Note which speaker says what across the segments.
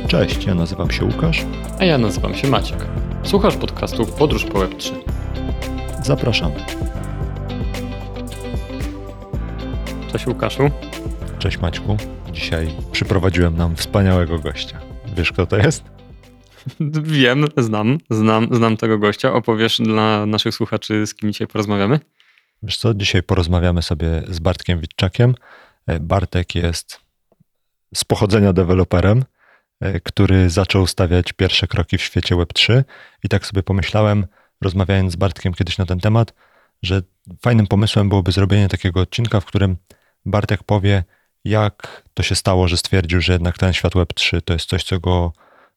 Speaker 1: Cześć, ja nazywam się Łukasz.
Speaker 2: A ja nazywam się Maciek. Słuchasz podcastu Podróż po Web3.
Speaker 1: Zapraszamy.
Speaker 2: Cześć Łukaszu.
Speaker 1: Cześć Maćku. Dzisiaj przyprowadziłem nam wspaniałego gościa. Wiesz, kto to jest?
Speaker 2: Wiem, znam tego gościa. Opowiesz dla naszych słuchaczy, z kim dzisiaj porozmawiamy?
Speaker 1: Wiesz co, dzisiaj porozmawiamy sobie z Bartkiem Witczakiem. Bartek jest z pochodzenia deweloperem, który zaczął stawiać pierwsze kroki w świecie Web3 i tak sobie pomyślałem, rozmawiając z Bartkiem kiedyś na ten temat, że fajnym pomysłem byłoby zrobienie takiego odcinka, w którym Bartek powie, jak to się stało, że stwierdził, że jednak ten świat Web3 to jest coś, co go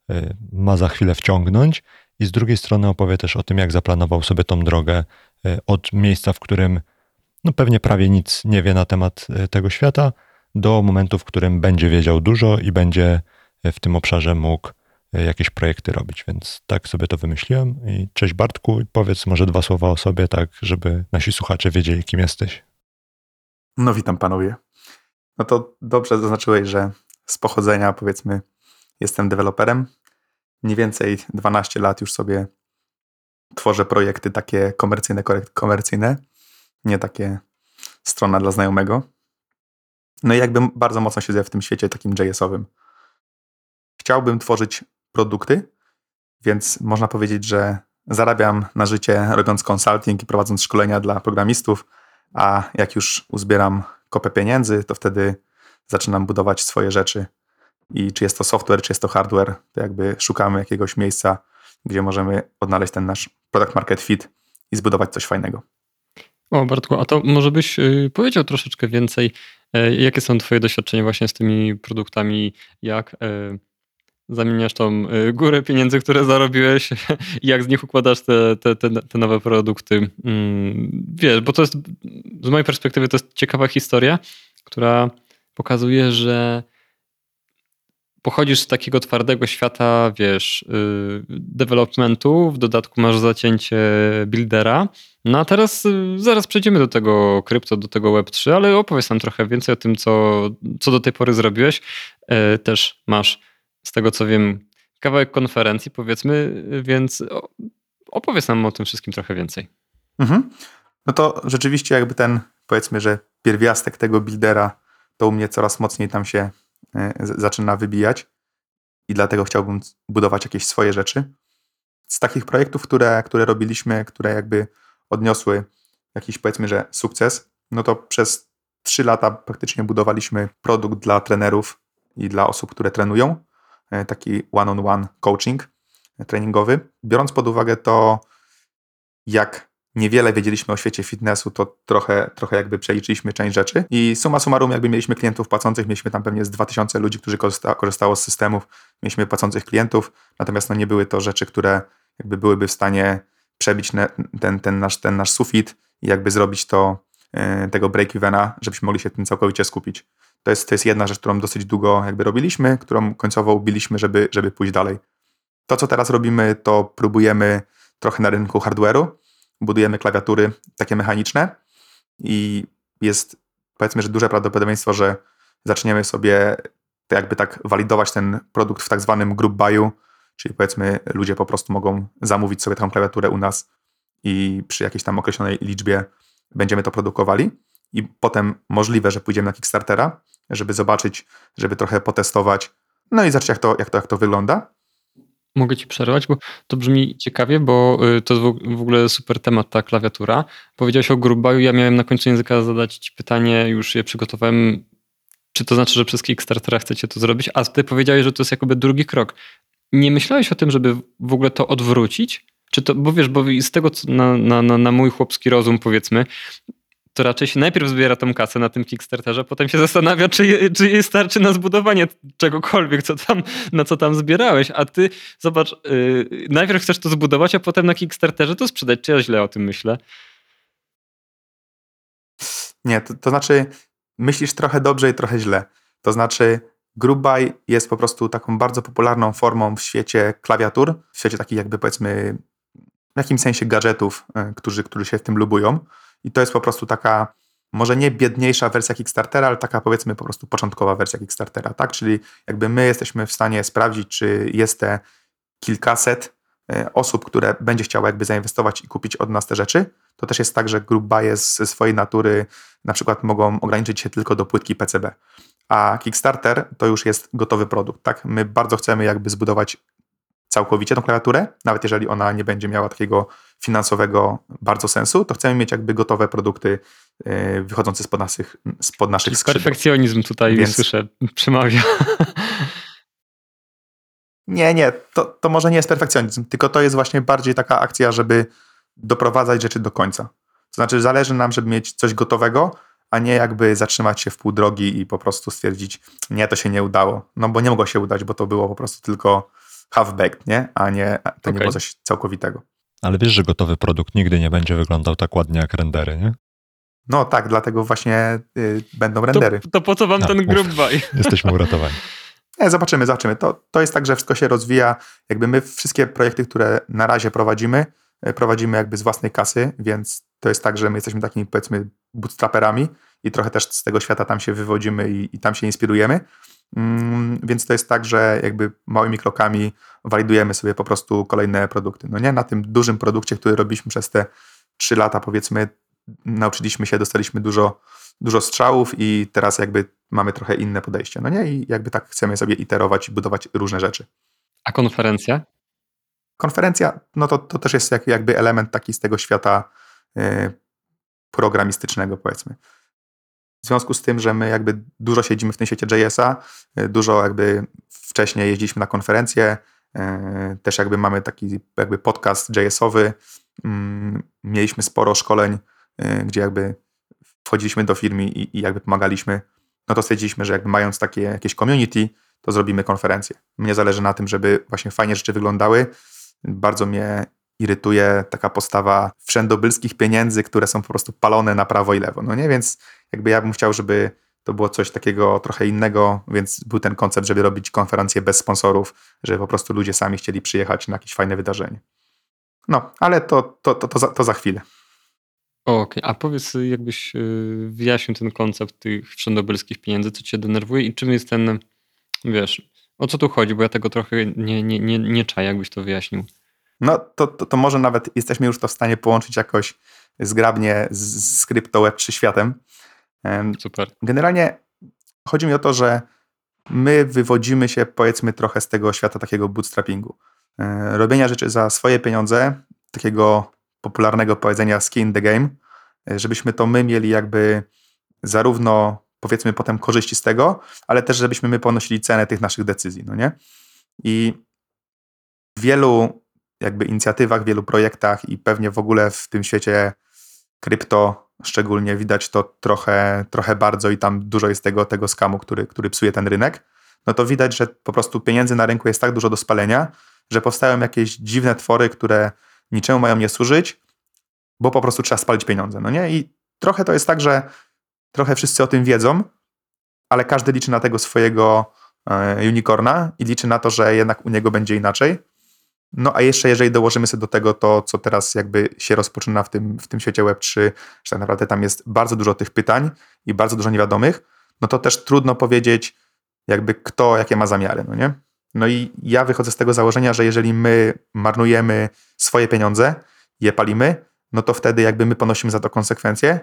Speaker 1: ma za chwilę wciągnąć, i z drugiej strony opowie też o tym, jak zaplanował sobie tą drogę od miejsca, w którym no pewnie prawie nic nie wie na temat tego świata, do momentu, w którym będzie wiedział dużo i będzie w tym obszarze mógł jakieś projekty robić. Więc tak sobie to wymyśliłem. I cześć Bartku, powiedz może 2 słowa o sobie, tak żeby nasi słuchacze wiedzieli, kim jesteś.
Speaker 3: No witam panowie. No to dobrze zaznaczyłeś, że z pochodzenia powiedzmy jestem deweloperem. Mniej więcej 12 lat już sobie tworzę projekty takie komercyjne, nie takie strona dla znajomego. No i jakby bardzo mocno siedzę w tym świecie takim JS-owym. Chciałbym tworzyć produkty, więc można powiedzieć, że zarabiam na życie robiąc consulting i prowadząc szkolenia dla programistów, a jak już uzbieram kopę pieniędzy, to wtedy zaczynam budować swoje rzeczy. I czy jest to software, czy jest to hardware, to jakby szukamy jakiegoś miejsca, gdzie możemy odnaleźć ten nasz product market fit i zbudować coś fajnego.
Speaker 2: O Bartku, a to może byś powiedział troszeczkę więcej, jakie są twoje doświadczenia właśnie z tymi produktami, jak zamieniasz tą górę pieniędzy, które zarobiłeś, jak z nich układasz te nowe produkty. Wiesz, bo to jest, z mojej perspektywy to jest ciekawa historia, która pokazuje, że pochodzisz z takiego twardego świata, wiesz, developmentu, w dodatku masz zacięcie buildera, no a teraz zaraz przejdziemy do tego krypto, do tego Web3, ale opowiedz nam trochę więcej o tym, co do tej pory zrobiłeś. Też masz, z tego co wiem, kawałek konferencji, powiedzmy, więc opowiedz nam o tym wszystkim trochę więcej.
Speaker 3: Mhm. No to rzeczywiście jakby ten, powiedzmy, że pierwiastek tego buildera to u mnie coraz mocniej tam się zaczyna wybijać i dlatego chciałbym budować jakieś swoje rzeczy. Z takich projektów, które robiliśmy, które jakby odniosły jakiś, powiedzmy, że sukces, no to przez 3 lata praktycznie budowaliśmy produkt dla trenerów i dla osób, które trenują, taki one-on-one coaching treningowy. Biorąc pod uwagę to, jak niewiele wiedzieliśmy o świecie fitnessu, to trochę jakby przeliczyliśmy część rzeczy i summa summarum jakby mieliśmy klientów płacących, mieliśmy tam pewnie z 2000 ludzi, którzy korzystało z systemów, mieliśmy płacących klientów, natomiast no nie były to rzeczy, które jakby byłyby w stanie przebić ten nasz sufit i jakby zrobić tego break-evena, żebyśmy mogli się tym całkowicie skupić. To jest jedna rzecz, którą dosyć długo jakby robiliśmy, którą końcowo ubiliśmy, żeby pójść dalej. To, co teraz robimy, to próbujemy trochę na rynku hardware'u, budujemy klawiatury takie mechaniczne i jest, powiedzmy, że duże prawdopodobieństwo, że zaczniemy sobie jakby tak walidować ten produkt w tak zwanym group buyu, czyli powiedzmy ludzie po prostu mogą zamówić sobie taką klawiaturę u nas i przy jakiejś tam określonej liczbie będziemy to produkowali i potem możliwe, że pójdziemy na Kickstartera, żeby zobaczyć, żeby trochę potestować, no i zobaczyć jak to wygląda.
Speaker 2: Mogę ci przerwać, bo to brzmi ciekawie, bo to jest w ogóle super temat, ta klawiatura. Powiedziałeś o group buyu, ja miałem na końcu języka zadać ci pytanie, już je przygotowałem, czy to znaczy, że przez Kickstartera chcecie to zrobić, a ty powiedziałeś, że to jest jakby drugi krok. Nie myślałeś o tym, żeby w ogóle to odwrócić? Czy to, bo wiesz, bo z tego na mój chłopski rozum powiedzmy, to raczej się najpierw zbiera tą kasę na tym Kickstarterze, potem się zastanawia, czy jej starczy na zbudowanie czegokolwiek, na co tam zbierałeś. A ty, zobacz, najpierw chcesz to zbudować, a potem na Kickstarterze to sprzedać. Czy ja źle o tym myślę?
Speaker 3: Nie, to znaczy myślisz trochę dobrze i trochę źle. To znaczy group buy jest po prostu taką bardzo popularną formą w świecie klawiatur, w świecie takich jakby powiedzmy w jakimś sensie gadżetów, którzy się w tym lubują. I to jest po prostu taka może nie biedniejsza wersja Kickstartera, ale taka powiedzmy po prostu początkowa wersja Kickstartera, tak? Czyli jakby my jesteśmy w stanie sprawdzić, czy jest te kilkaset osób, które będzie chciało jakby zainwestować i kupić od nas te rzeczy. To też jest tak, że group buyers ze swojej natury na przykład mogą ograniczyć się tylko do płytki PCB. A Kickstarter to już jest gotowy produkt, tak? My bardzo chcemy jakby zbudować całkowicie tą klawiaturę, nawet jeżeli ona nie będzie miała takiego finansowego bardzo sensu, to chcemy mieć jakby gotowe produkty wychodzące spod naszych skrzydeł.
Speaker 2: Perfekcjonizm tutaj
Speaker 3: Więc...
Speaker 2: słyszę, przemawia.
Speaker 3: Nie, to może nie jest perfekcjonizm, tylko to jest właśnie bardziej taka akcja, żeby doprowadzać rzeczy do końca. To znaczy zależy nam, żeby mieć coś gotowego, a nie jakby zatrzymać się w pół drogi i po prostu stwierdzić, nie, to się nie udało. No bo nie mogło się udać, bo to było po prostu tylko half-baked, nie? To nie było coś całkowitego.
Speaker 1: Ale wiesz, że gotowy produkt nigdy nie będzie wyglądał tak ładnie jak rendery, nie?
Speaker 3: No tak, dlatego właśnie będą rendery.
Speaker 2: To po co wam ten group buy?
Speaker 1: Jesteśmy uratowani.
Speaker 3: Zobaczymy. To jest tak, że wszystko się rozwija. Jakby my wszystkie projekty, które na razie prowadzimy jakby z własnej kasy, więc to jest tak, że my jesteśmy takimi powiedzmy bootstraperami i trochę też z tego świata tam się wywodzimy i tam się inspirujemy. Więc to jest tak, że jakby małymi krokami walidujemy sobie po prostu kolejne produkty. No nie, na tym dużym produkcie, który robiliśmy przez te 3 lata powiedzmy, nauczyliśmy się, dostaliśmy dużo strzałów i teraz jakby mamy trochę inne podejście. No nie, i jakby tak chcemy sobie iterować i budować różne rzeczy.
Speaker 2: A konferencja?
Speaker 3: Konferencja, no to też jest jakby element taki z tego świata programistycznego powiedzmy. W związku z tym, że my jakby dużo siedzimy w tym świecie JS-a, dużo jakby wcześniej jeździliśmy na konferencje, też jakby mamy taki jakby podcast JS-owy, mieliśmy sporo szkoleń, gdzie jakby wchodziliśmy do firmy i jakby pomagaliśmy, no to stwierdziliśmy, że jakby mając takie jakieś community, to zrobimy konferencję. Mnie zależy na tym, żeby właśnie fajnie rzeczy wyglądały. Bardzo mnie irytuje taka postawa wszędobylskich pieniędzy, które są po prostu palone na prawo i lewo. No nie, więc jakby ja bym chciał, żeby to było coś takiego trochę innego, więc był ten koncept, żeby robić konferencję bez sponsorów, żeby po prostu ludzie sami chcieli przyjechać na jakieś fajne wydarzenie. No, ale to za chwilę.
Speaker 2: Okej, a powiedz, jakbyś wyjaśnił ten koncept tych wszędobylskich pieniędzy, co cię denerwuje i czym jest ten, wiesz, o co tu chodzi, bo ja tego trochę nie czaję, jakbyś to wyjaśnił.
Speaker 3: No to może nawet jesteśmy już to w stanie połączyć jakoś zgrabnie z Crypto Web 3 światem.
Speaker 2: Super.
Speaker 3: Generalnie chodzi mi o to, że my wywodzimy się powiedzmy trochę z tego świata takiego bootstrappingu. Robienia rzeczy za swoje pieniądze, takiego popularnego powiedzenia skin in the game, żebyśmy to my mieli jakby zarówno powiedzmy potem korzyści z tego, ale też żebyśmy my ponosili cenę tych naszych decyzji, no nie? I w wielu jakby inicjatywach, w wielu projektach i pewnie w ogóle w tym świecie krypto szczególnie widać to trochę bardzo i tam dużo jest tego skamu, który psuje ten rynek, no to widać, że po prostu pieniędzy na rynku jest tak dużo do spalenia, że powstają jakieś dziwne twory, które niczemu mają nie służyć, bo po prostu trzeba spalić pieniądze, no nie? I trochę to jest tak, że trochę wszyscy o tym wiedzą, ale każdy liczy na tego swojego unicorna i liczy na to, że jednak u niego będzie inaczej. No a jeszcze jeżeli dołożymy sobie do tego to, co teraz jakby się rozpoczyna w tym świecie Web3, że tak naprawdę tam jest bardzo dużo tych pytań i bardzo dużo niewiadomych, no to też trudno powiedzieć jakby kto jakie ma zamiary, no nie? No i ja wychodzę z tego założenia, że jeżeli my marnujemy swoje pieniądze, je palimy, no to wtedy jakby my ponosimy za to konsekwencje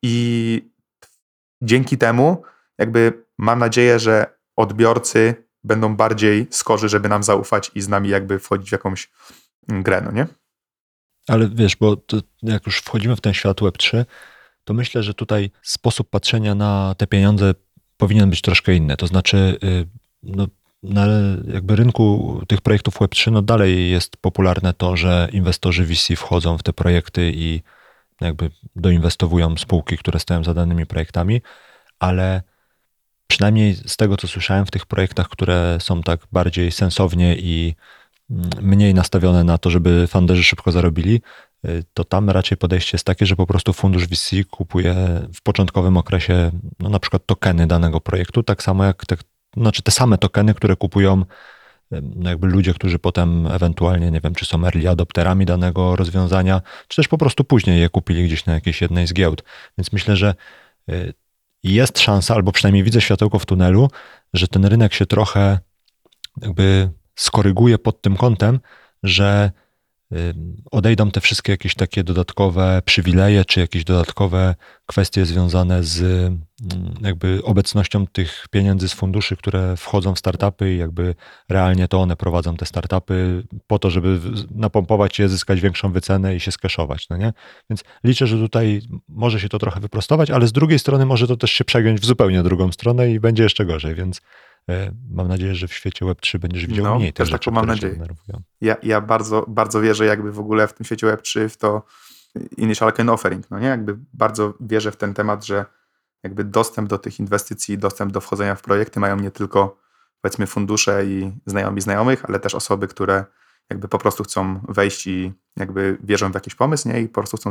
Speaker 3: i dzięki temu jakby mam nadzieję, że odbiorcy będą bardziej skorzy, żeby nam zaufać i z nami jakby wchodzić w jakąś grę, no nie?
Speaker 1: Ale wiesz, bo jak już wchodzimy w ten świat Web3, to myślę, że tutaj sposób patrzenia na te pieniądze powinien być troszkę inny. To znaczy, no, na jakby rynku tych projektów Web3 no dalej jest popularne to, że inwestorzy VC wchodzą w te projekty i jakby doinwestowują spółki, które stoją za danymi projektami, ale przynajmniej z tego, co słyszałem w tych projektach, które są tak bardziej sensownie i mniej nastawione na to, żeby funderzy szybko zarobili, to tam raczej podejście jest takie, że po prostu fundusz VC kupuje w początkowym okresie no na przykład tokeny danego projektu, tak samo jak te same tokeny, które kupują no jakby ludzie, którzy potem ewentualnie, nie wiem, czy są early adopterami danego rozwiązania, czy też po prostu później je kupili gdzieś na jakiejś jednej z giełd. Więc myślę, że jest szansa, albo przynajmniej widzę światełko w tunelu, że ten rynek się trochę jakby skoryguje pod tym kątem, że odejdą te wszystkie jakieś takie dodatkowe przywileje, czy jakieś dodatkowe kwestie związane z jakby obecnością tych pieniędzy z funduszy, które wchodzą w startupy i jakby realnie to one prowadzą te startupy po to, żeby napompować je, zyskać większą wycenę i się skeszować, no nie? Więc liczę, że tutaj może się to trochę wyprostować, ale z drugiej strony może to też się przegiąć w zupełnie drugą stronę i będzie jeszcze gorzej, więc mam nadzieję, że w świecie Web3 będziesz widział mniej tych
Speaker 3: też
Speaker 1: rzeczy,
Speaker 3: taką mam
Speaker 1: które cię
Speaker 3: nadzieję.
Speaker 1: denerwują.
Speaker 3: Ja bardzo, bardzo wierzę jakby w ogóle w tym świecie Web3 w to initial coin offering, no nie? Jakby bardzo wierzę w ten temat, że jakby dostęp do tych inwestycji, dostęp do wchodzenia w projekty mają nie tylko powiedzmy fundusze i znajomi znajomych, ale też osoby, które jakby po prostu chcą wejść i jakby wierzą w jakiś pomysł, nie? I po prostu chcą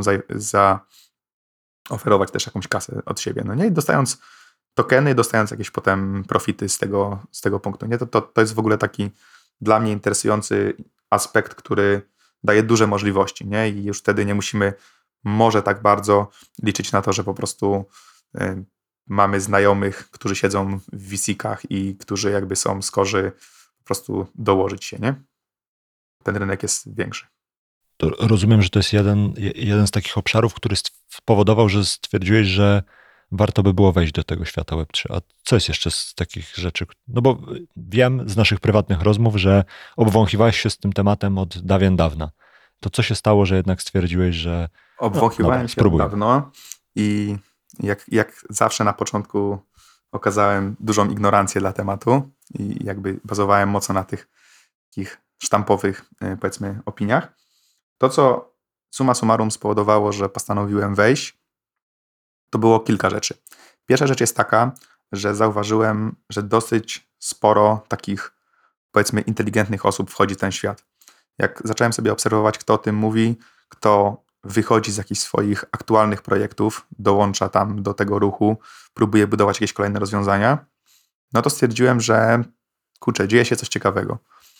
Speaker 3: zaoferować też jakąś kasę od siebie, no nie? I dostając tokeny, dostając jakieś potem profity z tego punktu, nie? To jest w ogóle taki dla mnie interesujący aspekt, który daje duże możliwości, nie? I już wtedy nie musimy może tak bardzo liczyć na to, że po prostu mamy znajomych, którzy siedzą w VC-kach i którzy jakby są skorzy po prostu dołożyć się, nie? Ten rynek jest większy.
Speaker 1: To rozumiem, że to jest jeden z takich obszarów, który spowodował, że stwierdziłeś, że warto by było wejść do tego świata Web3. A co jest jeszcze z takich rzeczy? No bo wiem z naszych prywatnych rozmów, że obwąchiwałeś się z tym tematem od dawien dawna. To co się stało, że jednak stwierdziłeś, że
Speaker 3: Obwąchiwałem się
Speaker 1: spróbuj.
Speaker 3: dawno i jak zawsze na początku okazałem dużą ignorancję dla tematu i jakby bazowałem mocno na tych takich sztampowych, powiedzmy, opiniach. To, co summa summarum spowodowało, że postanowiłem wejść, to było kilka rzeczy. Pierwsza rzecz jest taka, że zauważyłem, że dosyć sporo takich, powiedzmy, inteligentnych osób wchodzi w ten świat. Jak zacząłem sobie obserwować, kto o tym mówi, kto wychodzi z jakichś swoich aktualnych projektów, dołącza tam do tego ruchu, próbuje budować jakieś kolejne rozwiązania, no to stwierdziłem, że kurczę, dzieje się coś ciekawego.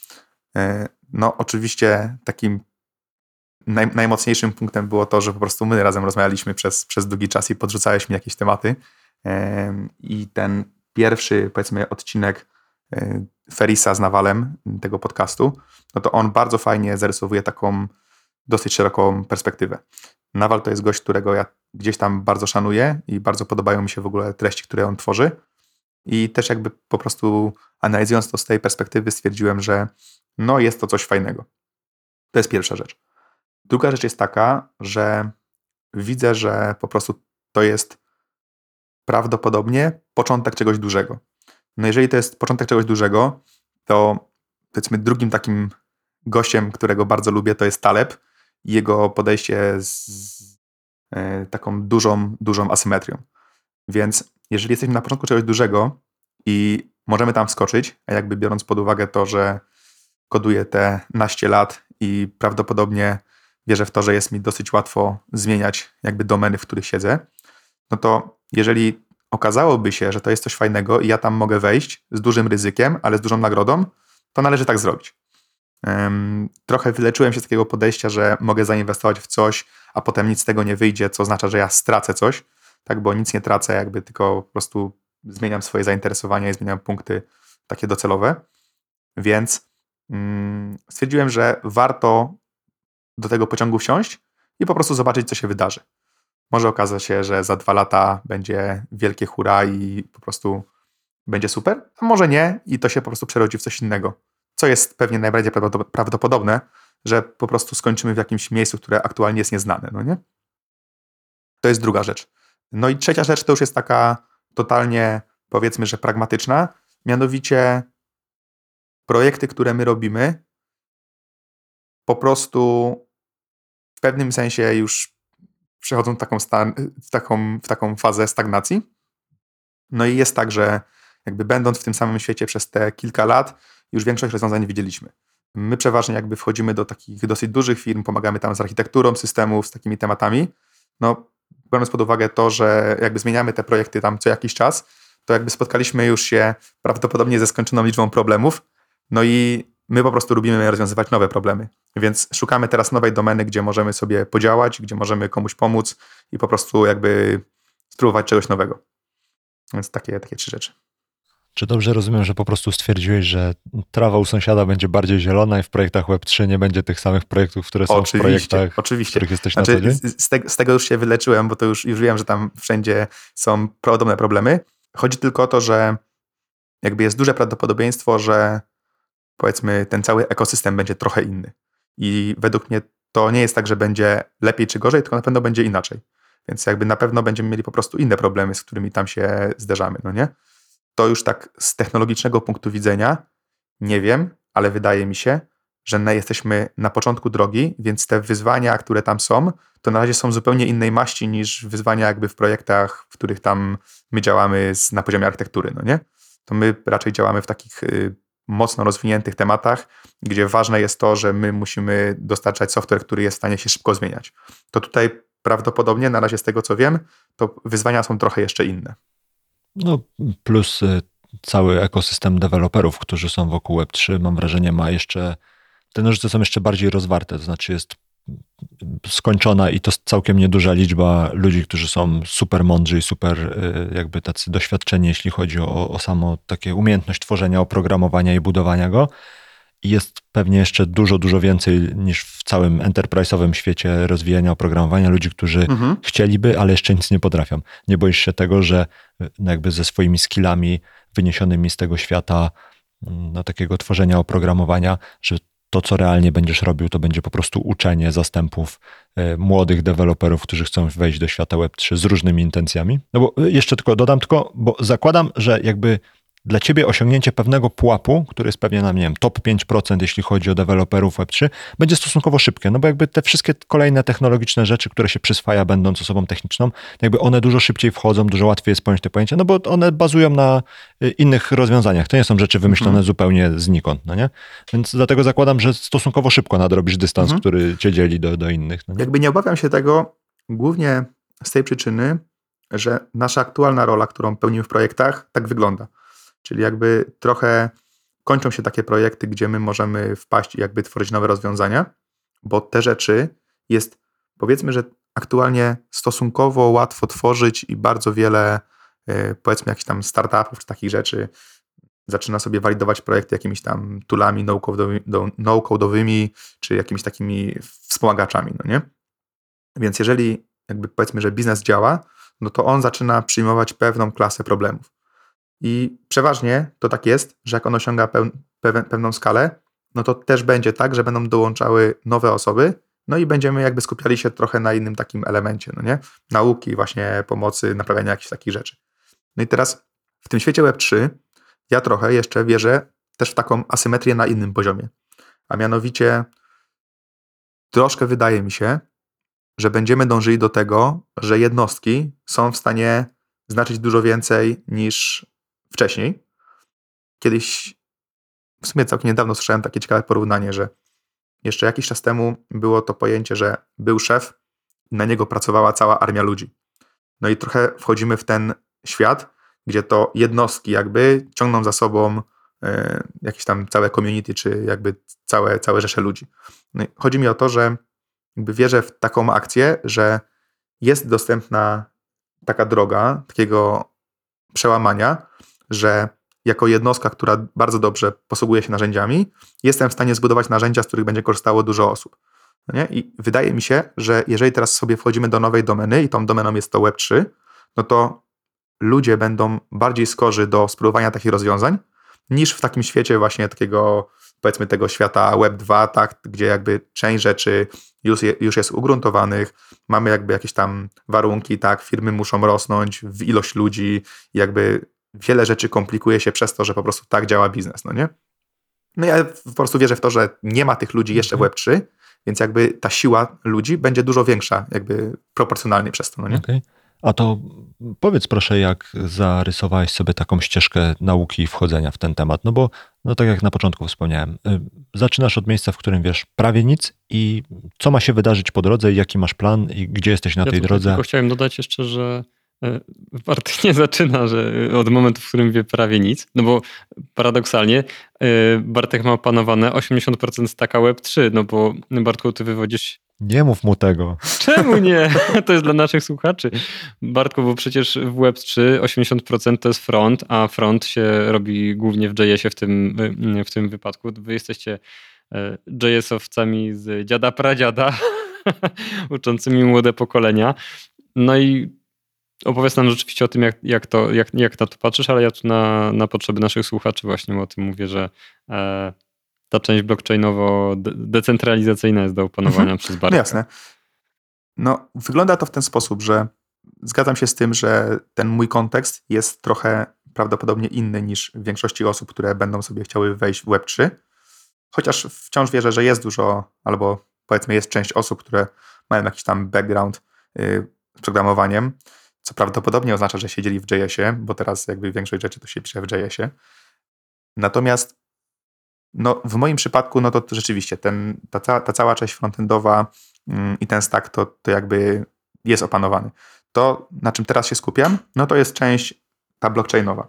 Speaker 3: No oczywiście takim najmocniejszym punktem było to, że po prostu my razem rozmawialiśmy przez długi czas i podrzucałeś mi jakieś tematy i ten pierwszy, powiedzmy, odcinek Ferisa z Nawalem, tego podcastu, no to on bardzo fajnie zarysowuje taką dosyć szeroką perspektywę. Nawal to jest gość, którego ja gdzieś tam bardzo szanuję i bardzo podobają mi się w ogóle treści, które on tworzy i też jakby po prostu analizując to z tej perspektywy stwierdziłem, że no jest to coś fajnego. To jest pierwsza rzecz. Druga rzecz jest taka, że widzę, że po prostu to jest prawdopodobnie początek czegoś dużego. No jeżeli to jest początek czegoś dużego, to powiedzmy drugim takim gościem, którego bardzo lubię, to jest Taleb i jego podejście z taką dużą asymetrią. Więc jeżeli jesteśmy na początku czegoś dużego i możemy tam wskoczyć, a jakby biorąc pod uwagę to, że koduję te naście lat i prawdopodobnie wierzę w to, że jest mi dosyć łatwo zmieniać jakby domeny, w których siedzę, no to jeżeli okazałoby się, że to jest coś fajnego i ja tam mogę wejść z dużym ryzykiem, ale z dużą nagrodą, to należy tak zrobić. Trochę wyleczyłem się z takiego podejścia, że mogę zainwestować w coś, a potem nic z tego nie wyjdzie, co oznacza, że ja stracę coś, tak, bo nic nie tracę, jakby tylko po prostu zmieniam swoje zainteresowania i zmieniam punkty takie docelowe. Więc stwierdziłem, że warto do tego pociągu wsiąść i po prostu zobaczyć, co się wydarzy. Może okazać się, że za 2 lata będzie wielkie hurra i po prostu będzie super, a może nie i to się po prostu przerodzi w coś innego. Co jest pewnie najbardziej prawdopodobne, że po prostu skończymy w jakimś miejscu, które aktualnie jest nieznane, no nie? To jest druga rzecz. No i trzecia rzecz to już jest taka totalnie, powiedzmy, że pragmatyczna, mianowicie projekty, które my robimy, po prostu w pewnym sensie już przechodzą w taką fazę stagnacji. No i jest tak, że jakby będąc w tym samym świecie przez te kilka lat, już większość rozwiązań widzieliśmy. My przeważnie jakby wchodzimy do takich dosyć dużych firm, pomagamy tam z architekturą systemów, z takimi tematami. No, biorąc pod uwagę to, że jakby zmieniamy te projekty tam co jakiś czas, to jakby spotkaliśmy już się prawdopodobnie ze skończoną liczbą problemów. No i my po prostu lubimy rozwiązywać nowe problemy. Więc szukamy teraz nowej domeny, gdzie możemy sobie podziałać, gdzie możemy komuś pomóc i po prostu jakby spróbować czegoś nowego. Więc takie 3 rzeczy.
Speaker 1: Czy dobrze rozumiem, że po prostu stwierdziłeś, że trawa u sąsiada będzie bardziej zielona i w projektach Web3 nie będzie tych samych projektów, które są w projektach, w których jesteś na co dzień?
Speaker 3: Z tego już się wyleczyłem, bo to już wiem, że tam wszędzie są podobne problemy. Chodzi tylko o to, że jakby jest duże prawdopodobieństwo, że powiedzmy ten cały ekosystem będzie trochę inny. I według mnie to nie jest tak, że będzie lepiej czy gorzej, tylko na pewno będzie inaczej. Więc jakby na pewno będziemy mieli po prostu inne problemy, z którymi tam się zderzamy, no nie? To już tak z technologicznego punktu widzenia nie wiem, ale wydaje mi się, że jesteśmy na początku drogi, więc te wyzwania, które tam są, to na razie są zupełnie innej maści niż wyzwania jakby w projektach, w których tam my działamy na poziomie architektury, no nie? To my raczej działamy w takich mocno rozwiniętych tematach, gdzie ważne jest to, że my musimy dostarczać software, który jest w stanie się szybko zmieniać. To tutaj prawdopodobnie, na razie z tego co wiem, to wyzwania są trochę jeszcze inne.
Speaker 1: No plus cały ekosystem deweloperów, którzy są wokół Web3, mam wrażenie, ma jeszcze, te nożyce są jeszcze bardziej rozwarte, to znaczy jest skończona i to całkiem nieduża liczba ludzi, którzy są super mądrzy i super jakby tacy doświadczeni, jeśli chodzi o samo takie umiejętność tworzenia oprogramowania i budowania go. I jest pewnie jeszcze dużo więcej niż w całym enterprise'owym świecie rozwijania oprogramowania ludzi, którzy chcieliby, ale jeszcze nic nie potrafią. Nie boisz się tego, że jakby ze swoimi skillami wyniesionymi z tego świata takiego tworzenia oprogramowania, że to, co realnie będziesz robił, to będzie po prostu uczenie zastępów młodych deweloperów, którzy chcą wejść do świata Web3 z różnymi intencjami. No bo jeszcze dodam, bo zakładam, że jakby dla ciebie osiągnięcie pewnego pułapu, który jest pewnie na, nie wiem, top 5%, jeśli chodzi o deweloperów Web3, będzie stosunkowo szybkie, no bo jakby te wszystkie kolejne technologiczne rzeczy, które się przyswaja będąc osobą techniczną, jakby one dużo szybciej wchodzą, dużo łatwiej jest pojąć te pojęcia, no bo one bazują na innych rozwiązaniach. To nie są rzeczy wymyślone zupełnie znikąd, no nie? Więc dlatego zakładam, że stosunkowo szybko nadrobisz dystans, który cię dzieli do innych. No nie?
Speaker 3: Jakby nie obawiam się tego głównie z tej przyczyny, że nasza aktualna rola, którą pełnimy w projektach, tak wygląda. Czyli jakby trochę kończą się takie projekty, gdzie my możemy wpaść i jakby tworzyć nowe rozwiązania, bo te rzeczy jest, powiedzmy, że aktualnie stosunkowo łatwo tworzyć i bardzo wiele, powiedzmy, jakichś tam startupów czy takich rzeczy zaczyna sobie walidować projekty jakimiś tam toolami no-codowymi czy jakimiś takimi wspomagaczami, no nie? Więc jeżeli jakby powiedzmy, że biznes działa, no to on zaczyna przyjmować pewną klasę problemów. I przeważnie to tak jest, że jak on osiąga pewną skalę, no to też będzie tak, że będą dołączały nowe osoby, no i będziemy jakby skupiali się trochę na innym takim elemencie, no nie? Nauki, właśnie pomocy, naprawiania jakichś takich rzeczy. No i teraz w tym świecie Web3 ja trochę jeszcze wierzę też w taką asymetrię na innym poziomie. A mianowicie troszkę wydaje mi się, że będziemy dążyli do tego, że jednostki są w stanie znaczyć dużo więcej niż wcześniej. Kiedyś, w sumie całkiem niedawno słyszałem takie ciekawe porównanie, że jeszcze jakiś czas temu było to pojęcie, że był szef i na niego pracowała cała armia ludzi. No i trochę wchodzimy w ten świat, gdzie to jednostki jakby ciągną za sobą jakieś tam całe community, czy jakby całe rzesze ludzi. No i chodzi mi o to, że jakby wierzę w taką akcję, że jest dostępna taka droga, takiego przełamania, że jako jednostka, która bardzo dobrze posługuje się narzędziami, jestem w stanie zbudować narzędzia, z których będzie korzystało dużo osób. No nie? I wydaje mi się, że jeżeli teraz sobie wchodzimy do nowej domeny i tą domeną jest to Web3, no to ludzie będą bardziej skorzy do spróbowania takich rozwiązań, niż w takim świecie właśnie takiego, powiedzmy, tego świata Web2, tak, gdzie jakby część rzeczy już jest ugruntowanych, mamy jakby jakieś tam warunki, tak, firmy muszą rosnąć w ilość ludzi, jakby wiele rzeczy komplikuje się przez to, że po prostu tak działa biznes, no nie? No ja po prostu wierzę w to, że nie ma tych ludzi jeszcze w Web3, więc jakby ta siła ludzi będzie dużo większa, jakby proporcjonalnie przez to, no nie?
Speaker 1: Okay. A to powiedz proszę, jak zarysowałeś sobie taką ścieżkę nauki i wchodzenia w ten temat, no bo no tak jak na początku wspomniałem, zaczynasz od miejsca, w którym wiesz prawie nic i co ma się wydarzyć po drodze i jaki masz plan i gdzie jesteś na tej drodze.
Speaker 2: Tylko chciałem dodać jeszcze, że Bartek nie zaczyna od momentu, w którym wie prawie nic, no bo paradoksalnie Bartek ma opanowane 80% stacka Web3, no bo Bartku, ty wywodzisz
Speaker 1: Nie mów mu tego.
Speaker 2: Czemu nie? To jest dla naszych słuchaczy. Bartku, bo przecież w Web3 80% to jest front, a front się robi głównie w JS-ie w tym wypadku. Wy jesteście JS-owcami z dziada pradziada, uczącymi młode pokolenia. No i opowiedz nam rzeczywiście o tym, jak na to patrzysz, ale ja tu na potrzeby naszych słuchaczy właśnie o tym mówię, że ta część blockchainowo-decentralizacyjna jest do opanowania przez Bartka.
Speaker 3: No jasne. No, wygląda to w ten sposób, że zgadzam się z tym, że ten mój kontekst jest trochę prawdopodobnie inny niż w większości osób, które będą sobie chciały wejść w Web3. Chociaż wciąż wierzę, że jest dużo, albo powiedzmy jest część osób, które mają jakiś tam background z programowaniem, co prawdopodobnie oznacza, że siedzieli w JS-ie, bo teraz jakby większość rzeczy to się pisze w JS-ie. Natomiast no, w moim przypadku, no to rzeczywiście ta cała część frontendowa i ten stack to jakby jest opanowany. To, na czym teraz się skupiam, no to jest część ta blockchainowa.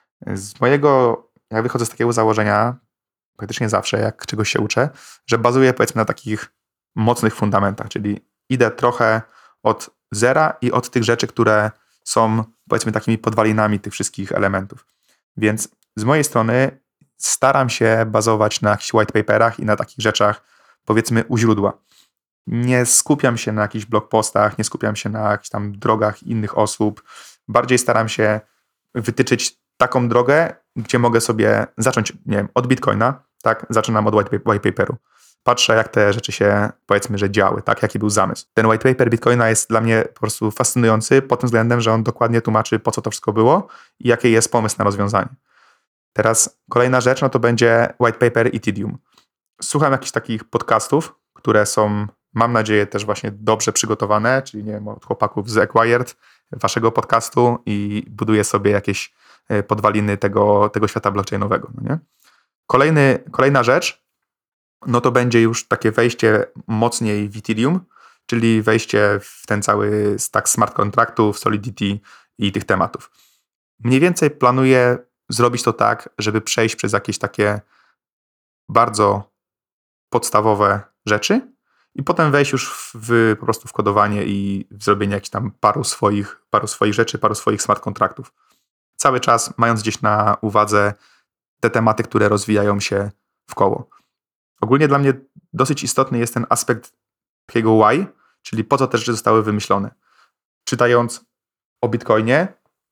Speaker 3: Ja wychodzę z takiego założenia, praktycznie zawsze, jak czegoś się uczę, że bazuję powiedzmy na takich mocnych fundamentach, czyli idę trochę od zera i od tych rzeczy, które są powiedzmy takimi podwalinami tych wszystkich elementów. Więc z mojej strony staram się bazować na jakichś white paperach i na takich rzeczach powiedzmy u źródła. Nie skupiam się na jakichś blog postach, nie skupiam się na jakichś tam drogach innych osób. Bardziej staram się wytyczyć taką drogę, gdzie mogę sobie zacząć, nie wiem, od Bitcoina, tak? Zaczynam od white paperu. Patrzę, jak te rzeczy się, powiedzmy, że działy, tak? Jaki był zamysł. Ten white paper Bitcoina jest dla mnie po prostu fascynujący pod tym względem, że on dokładnie tłumaczy, po co to wszystko było i jaki jest pomysł na rozwiązanie. Teraz kolejna rzecz, no to będzie white paper Ethereum. Słucham jakichś takich podcastów, które są, mam nadzieję, też właśnie dobrze przygotowane, czyli nie wiem, od chłopaków z Acquired, waszego podcastu i buduję sobie jakieś podwaliny tego świata blockchainowego. No nie? Kolejna rzecz, no to będzie już takie wejście mocniej w Ethereum, czyli wejście w ten cały stack smart contractów, Solidity i tych tematów. Mniej więcej planuję zrobić to tak, żeby przejść przez jakieś takie bardzo podstawowe rzeczy i potem wejść już po prostu w kodowanie i w zrobienie jakichś tam paru swoich rzeczy, paru swoich smart kontraktów. Cały czas mając gdzieś na uwadze te tematy, które rozwijają się w koło. Ogólnie dla mnie dosyć istotny jest ten aspekt takiego why, czyli po co te rzeczy zostały wymyślone. Czytając o Bitcoinie,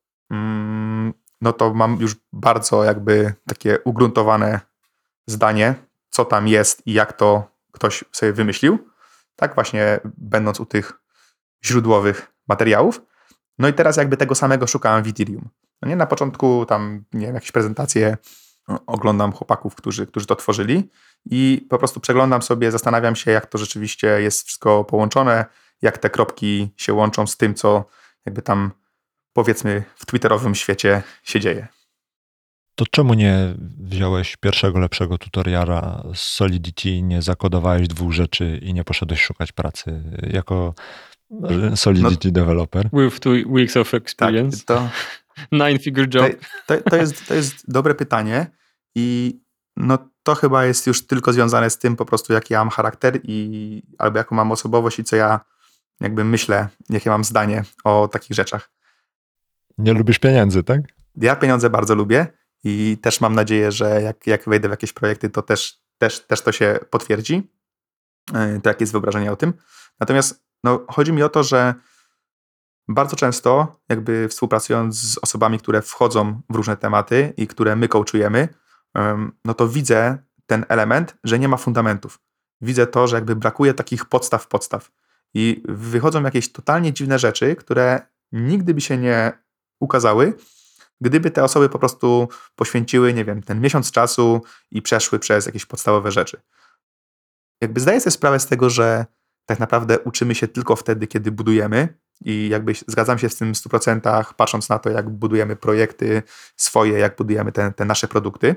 Speaker 3: no to mam już bardzo jakby takie ugruntowane zdanie, co tam jest i jak to ktoś sobie wymyślił. Tak właśnie będąc u tych źródłowych materiałów. No i teraz jakby tego samego szukałem w Ethereum. No nie, na początku tam, nie wiem, jakieś prezentacje oglądam chłopaków, którzy to tworzyli i po prostu przeglądam sobie, zastanawiam się, jak to rzeczywiście jest wszystko połączone, jak te kropki się łączą z tym, co jakby tam powiedzmy w twitterowym świecie się dzieje.
Speaker 1: To czemu nie wziąłeś pierwszego lepszego tutoriala z Solidity, nie zakodowałeś 2 rzeczy i nie poszedłeś szukać pracy jako Solidity developer?
Speaker 2: With 2 weeks of experience.
Speaker 3: Tak,
Speaker 2: 9-figure job.
Speaker 3: To jest dobre pytanie i no to chyba jest już tylko związane z tym po prostu, jaki ja mam charakter albo jaką mam osobowość i co ja jakby myślę, jakie mam zdanie o takich rzeczach.
Speaker 1: Nie lubisz pieniędzy, tak?
Speaker 3: Ja pieniądze bardzo lubię i też mam nadzieję, że jak wejdę w jakieś projekty, to też to się potwierdzi. To jakie jest wyobrażenie o tym. Natomiast no, chodzi mi o to, że bardzo często jakby współpracując z osobami, które wchodzą w różne tematy i które my coachujemy, no to widzę ten element, że nie ma fundamentów. Widzę to, że jakby brakuje takich podstaw. I wychodzą jakieś totalnie dziwne rzeczy, które nigdy by się nie ukazały, gdyby te osoby po prostu poświęciły, nie wiem, ten miesiąc czasu i przeszły przez jakieś podstawowe rzeczy. Jakby zdaję sobie sprawę z tego, że tak naprawdę uczymy się tylko wtedy, kiedy budujemy i jakby zgadzam się z tym w 100%, patrząc na to, jak budujemy projekty swoje, jak budujemy te nasze produkty.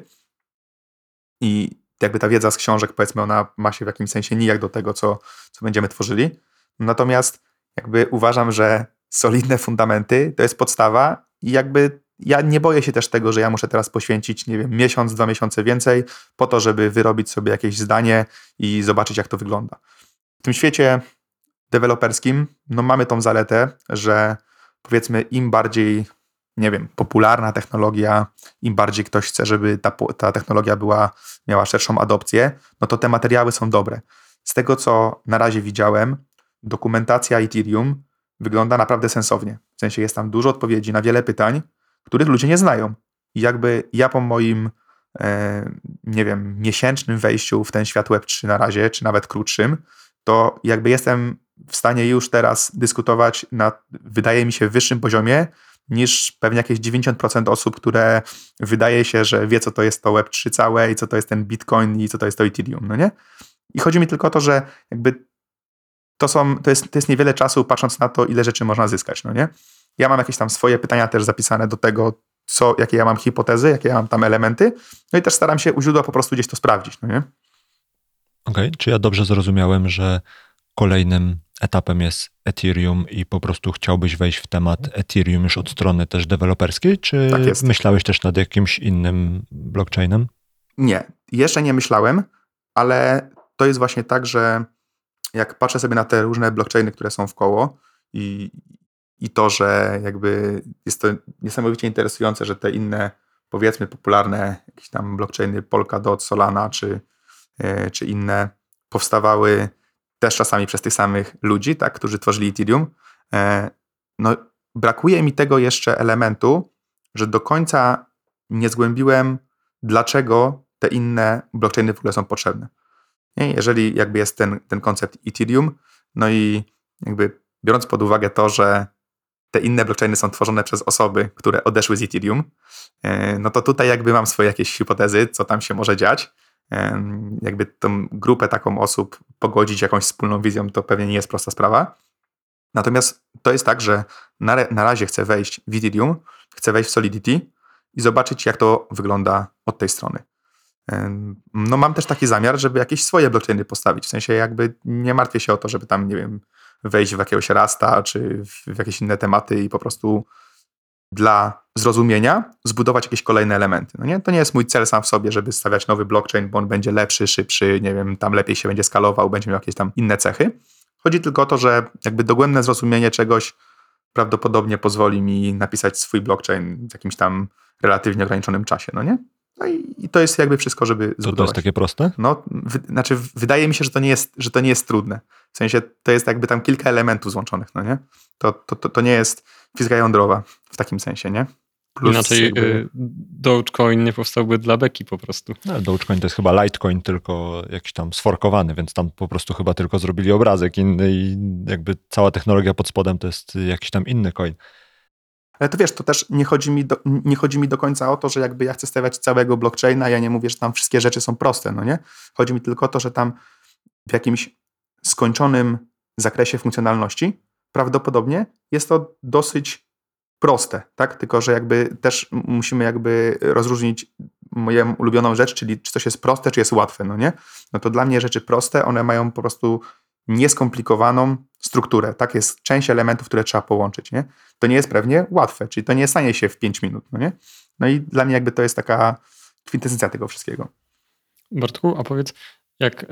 Speaker 3: I jakby ta wiedza z książek, powiedzmy, ona ma się w jakimś sensie nijak do tego, co będziemy tworzyli. Natomiast jakby uważam, że solidne fundamenty to jest podstawa i jakby ja nie boję się też tego, że ja muszę teraz poświęcić, nie wiem, miesiąc, 2 miesiące więcej po to, żeby wyrobić sobie jakieś zdanie i zobaczyć, jak to wygląda. tym świecie deweloperskim no mamy tą zaletę, że powiedzmy im bardziej, nie wiem, popularna technologia, im bardziej ktoś chce, żeby ta technologia miała szerszą adopcję, no to te materiały są dobre. Z tego, co na razie widziałem, dokumentacja Ethereum wygląda naprawdę sensownie. W sensie jest tam dużo odpowiedzi na wiele pytań, których ludzie nie znają. I jakby ja po moim, nie wiem, miesięcznym wejściu w ten świat Web3 na razie, czy nawet krótszym, to jakby jestem w stanie już teraz dyskutować na, wydaje mi się, wyższym poziomie niż pewnie jakieś 90% osób, które wydaje się, że wie, co to jest to Web3 całe i co to jest ten Bitcoin i co to jest to Ethereum, no nie? I chodzi mi tylko o to, że jakby to jest niewiele czasu, patrząc na to, ile rzeczy można zyskać, no nie? Ja mam jakieś tam swoje pytania też zapisane do tego, jakie ja mam hipotezy, jakie ja mam tam elementy, no i też staram się u źródła po prostu gdzieś to sprawdzić, no nie?
Speaker 1: Okej, czy ja dobrze zrozumiałem, że kolejnym etapem jest Ethereum i po prostu chciałbyś wejść w temat Ethereum już od strony też deweloperskiej, czy
Speaker 3: Tak jest.
Speaker 1: myślałeś też nad jakimś innym blockchainem?
Speaker 3: Nie, jeszcze nie myślałem, ale to jest właśnie tak, że jak patrzę sobie na te różne blockchainy, które są w koło i to, że jakby jest to niesamowicie interesujące, że te inne, powiedzmy popularne jakieś tam blockchainy Polkadot, Solana czy inne powstawały też czasami przez tych samych ludzi, tak, którzy tworzyli Ethereum. No, brakuje mi tego jeszcze elementu, że do końca nie zgłębiłem, dlaczego te inne blockchainy w ogóle są potrzebne. Nie? Jeżeli jakby jest ten koncept Ethereum, no i jakby biorąc pod uwagę to, że te inne blockchainy są tworzone przez osoby, które odeszły z Ethereum, no to tutaj jakby mam swoje jakieś hipotezy, co tam się może dziać. Jakby tą grupę taką osób pogodzić jakąś wspólną wizją, to pewnie nie jest prosta sprawa. Natomiast to jest tak, że na razie chcę wejść w Ethereum, chcę wejść w Solidity i zobaczyć, jak to wygląda od tej strony. No mam też taki zamiar, żeby jakieś swoje blockchainy postawić. W sensie jakby nie martwię się o to, żeby tam, nie wiem, wejść w jakiegoś Rasta czy w jakieś inne tematy i po prostu dla zrozumienia zbudować jakieś kolejne elementy. No nie? To nie jest mój cel sam w sobie, żeby stawiać nowy blockchain, bo on będzie lepszy, szybszy, nie wiem, tam lepiej się będzie skalował, będzie miał jakieś tam inne cechy. Chodzi tylko o to, że jakby dogłębne zrozumienie czegoś prawdopodobnie pozwoli mi napisać swój blockchain w jakimś tam relatywnie ograniczonym czasie, no nie? No i to jest jakby wszystko, żeby zbudować.
Speaker 1: To jest takie proste?
Speaker 3: No, znaczy wydaje mi się, że to nie jest trudne. W sensie to jest jakby tam kilka elementów złączonych, no nie? To nie jest fizyka jądrowa w takim sensie, nie?
Speaker 2: Plus inaczej Dogecoin nie powstałby dla beki po prostu.
Speaker 1: No, Dogecoin to jest chyba Litecoin, tylko jakiś tam sforkowany, więc tam po prostu chyba tylko zrobili obrazek inny i jakby cała technologia pod spodem to jest jakiś tam inny coin.
Speaker 3: Ale to wiesz, to też nie chodzi mi do końca o to, że jakby ja chcę stawiać całego blockchaina, ja nie mówię, że tam wszystkie rzeczy są proste, no nie? Chodzi mi tylko o to, że tam w jakimś skończonym zakresie funkcjonalności prawdopodobnie jest to dosyć proste, tak? Tylko, że jakby też musimy jakby rozróżnić moją ulubioną rzecz, czyli czy coś jest proste, czy jest łatwe, no nie? No to dla mnie rzeczy proste, one mają po prostu nieskomplikowaną strukturę, tak? Jest część elementów, które trzeba połączyć, nie? To nie jest pewnie łatwe, czyli to nie stanie się w 5 minut, no nie? No i dla mnie jakby to jest taka kwintesencja tego wszystkiego.
Speaker 2: Bartku, a powiedz, jak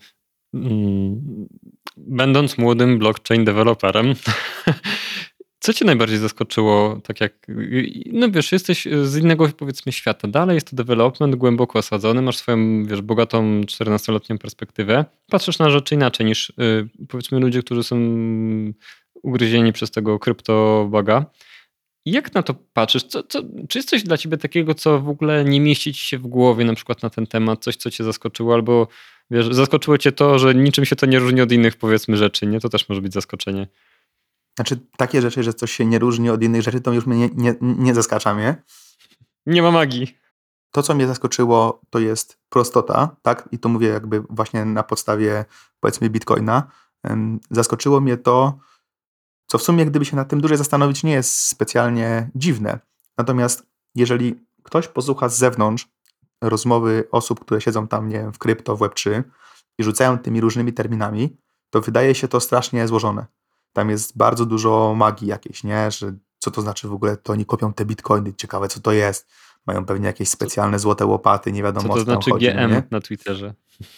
Speaker 2: będąc młodym blockchain deweloperem, co cię najbardziej zaskoczyło, tak jak, no wiesz, jesteś z innego powiedzmy świata, dalej jest to development głęboko osadzony, masz swoją, wiesz, bogatą 14-letnią perspektywę, patrzysz na rzeczy inaczej niż powiedzmy ludzie, którzy są ugryzieni przez tego kryptobaga. Jak na to patrzysz? Czy jest coś dla ciebie takiego, co w ogóle nie mieści ci się w głowie na przykład na ten temat, coś, co cię zaskoczyło, albo wiesz, zaskoczyło cię to, że niczym się to nie różni od innych powiedzmy rzeczy, nie? To też może być zaskoczenie.
Speaker 3: Znaczy takie rzeczy, że coś się nie różni od innych rzeczy, to już mnie nie zaskacza mnie.
Speaker 2: Nie ma magii.
Speaker 3: To, co mnie zaskoczyło, to jest prostota, tak? I to mówię jakby właśnie na podstawie powiedzmy Bitcoina. Zaskoczyło mnie to, co w sumie gdyby się nad tym dłużej zastanowić, nie jest specjalnie dziwne. Natomiast jeżeli ktoś posłucha z zewnątrz rozmowy osób, które siedzą tam, nie wiem, w krypto, w Web3 i rzucają tymi różnymi terminami, to wydaje się to strasznie złożone. Tam jest bardzo dużo magii jakiejś, nie? Że co to znaczy w ogóle, to oni kopią te bitcoiny, ciekawe co to jest. Mają pewnie jakieś specjalne złote łopaty, nie wiadomo
Speaker 2: co to
Speaker 3: o co tam
Speaker 2: znaczy
Speaker 3: chodzi.
Speaker 2: GM
Speaker 3: nie?
Speaker 2: na Twitterze.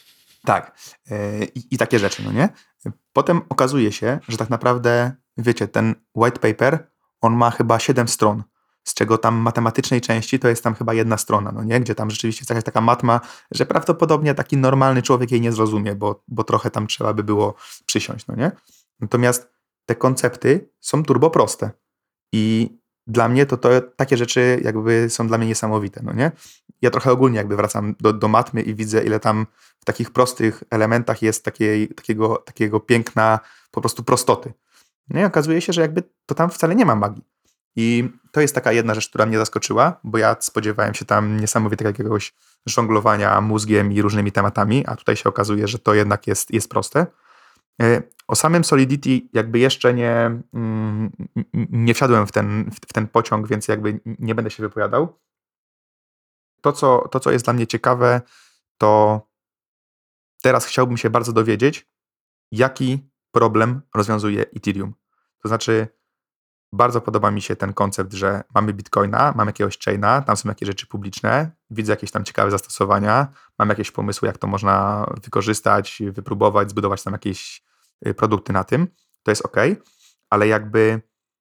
Speaker 3: Tak. I takie rzeczy, no nie? Potem okazuje się, że tak naprawdę, wiecie, ten white paper, on ma chyba 7 stron, z czego tam matematycznej części to jest tam chyba 1 strona, no nie? Gdzie tam rzeczywiście jest jakaś taka matma, że prawdopodobnie taki normalny człowiek jej nie zrozumie, bo trochę tam trzeba by było przysiąść, no nie? Natomiast te koncepty są turbo proste i dla mnie to takie rzeczy jakby są dla mnie niesamowite, no nie? Ja trochę ogólnie jakby wracam do matmy i widzę, ile tam w takich prostych elementach jest takiego piękna po prostu prostoty. No i okazuje się, że jakby to tam wcale nie ma magii. I to jest taka jedna rzecz, która mnie zaskoczyła, bo ja spodziewałem się tam niesamowitego jakiegoś żonglowania mózgiem i różnymi tematami, a tutaj się okazuje, że to jednak jest proste. O samym Solidity jakby jeszcze nie wsiadłem w ten pociąg, więc jakby nie będę się wypowiadał. To, co jest dla mnie ciekawe, to teraz chciałbym się bardzo dowiedzieć, jaki problem rozwiązuje Ethereum. To znaczy, bardzo podoba mi się ten koncept, że mamy Bitcoina, mamy jakiegoś chaina, tam są jakieś rzeczy publiczne, widzę jakieś tam ciekawe zastosowania, mam jakieś pomysły, jak to można wykorzystać, wypróbować, zbudować tam jakieś produkty na tym. To jest ok, ale jakby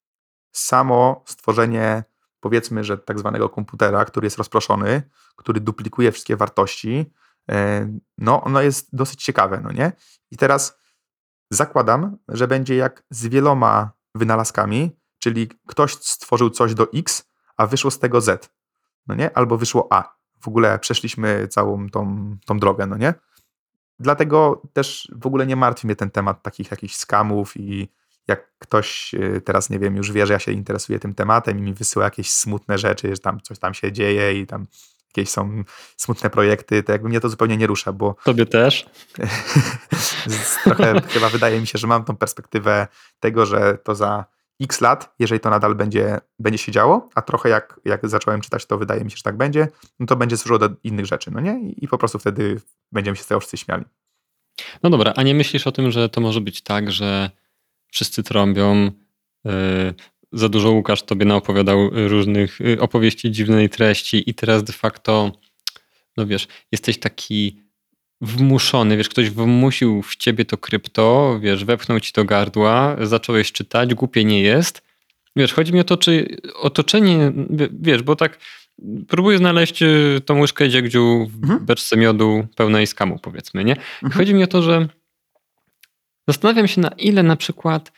Speaker 3: samo stworzenie, powiedzmy, że tak zwanego komputera, który jest rozproszony, który duplikuje wszystkie wartości, no ono jest dosyć ciekawe, no nie? I teraz zakładam, że będzie jak z wieloma wynalazkami, czyli ktoś stworzył coś do X, a wyszło z tego Z, no nie? Albo wyszło A. W ogóle przeszliśmy całą tą drogę, no nie? Dlatego też w ogóle nie martwi mnie ten temat takich jakichś skamów i jak ktoś teraz, nie wiem, już wie, że ja się interesuję tym tematem i mi wysyła jakieś smutne rzeczy, że tam coś tam się dzieje i tam jakieś są smutne projekty, to jakby mnie to zupełnie nie rusza, bo...
Speaker 2: Tobie też?
Speaker 3: Trochę chyba wydaje mi się, że mam tą perspektywę tego, że to za x lat, jeżeli to nadal będzie się działo, a trochę jak zacząłem czytać, to wydaje mi się, że tak będzie, no to będzie służyło do innych rzeczy, no nie? I po prostu wtedy będziemy się z tego wszyscy śmiali.
Speaker 2: No dobra, a nie myślisz o tym, że to może być tak, że wszyscy trąbią, za dużo Łukasz tobie naopowiadał różnych opowieści dziwnej treści i teraz de facto, no wiesz, jesteś taki wmuszony, wiesz, ktoś wmusił w ciebie to krypto, wiesz, wepchnął ci do gardła, zacząłeś czytać, głupie nie jest. Wiesz, chodzi mi o to, czy otoczenie, wiesz, bo tak próbuję znaleźć tą łyżkę dziegciu w beczce miodu pełnej skamu, powiedzmy, nie? I chodzi mi o to, że zastanawiam się, na ile na przykład